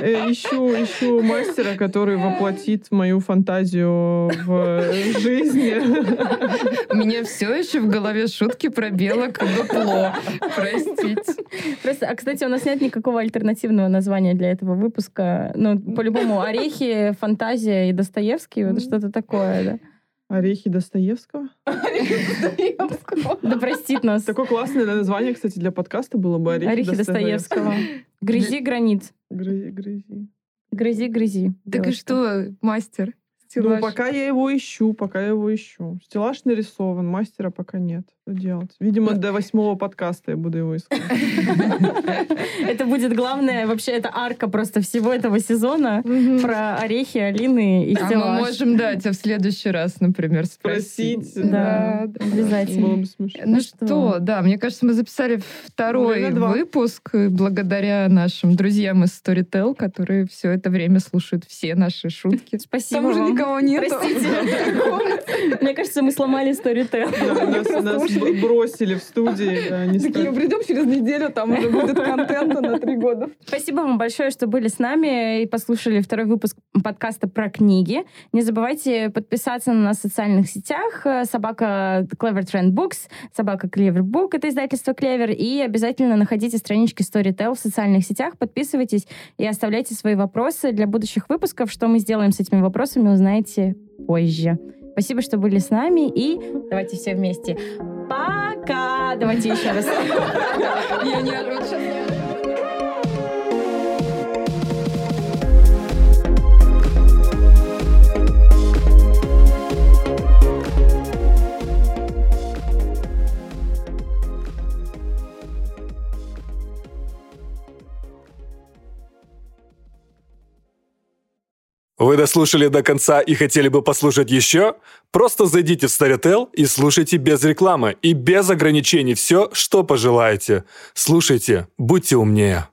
ищу мастера, который воплотит мою фантазию в жизни. У меня все еще в голове шутки про белок и дупло. Простите. Просто, кстати, у нас нет никакого альтернативного названия для этого выпуска. Ну, по-любому, орехи, фантазия и Достоевский, вот что-то такое, да. Орехи Достоевского? Да простит нас. Такое классное название, кстати, для подкаста было бы «Орехи Достоевского». Грызи гранит. Грызи. Так и что, мастер? Ну, пока я его ищу. Стеллаж нарисован, мастера пока нет. Что делать? Видимо, до 8-го подкаста я буду его искать. Это будет главное, вообще, это арка просто всего этого сезона про орехи, Алины и стеллаж. А мы можем, тебя в следующий раз, например, спросить. Да, обязательно. Было бы смешно. Ну что, да, мне кажется, мы записали второй выпуск благодаря нашим друзьям из Storytel, которые все это время слушают все наши шутки. Спасибо Там уже вам. никого нету. Простите. Мне кажется, мы сломали Storytel. Нас бросили в студии. Такие, придем через неделю, там уже будет контента на 3 года. Спасибо вам большое, что были с нами и послушали второй выпуск подкаста про книги. Не забывайте подписаться на нас в социальных сетях. Собака Clever Trend Books, собака Clever Book, это издательство Clever. И обязательно находите странички Storytel в социальных сетях, подписывайтесь и оставляйте свои вопросы для будущих выпусков. Что мы сделаем с этими вопросами, узнаете позже. Спасибо, что были с нами, и давайте все вместе. Пока! Давайте еще раз. Я не ору сейчас. Вы дослушали до конца и хотели бы послушать еще? Просто зайдите в Storytel и слушайте без рекламы и без ограничений все, что пожелаете. Слушайте, будьте умнее.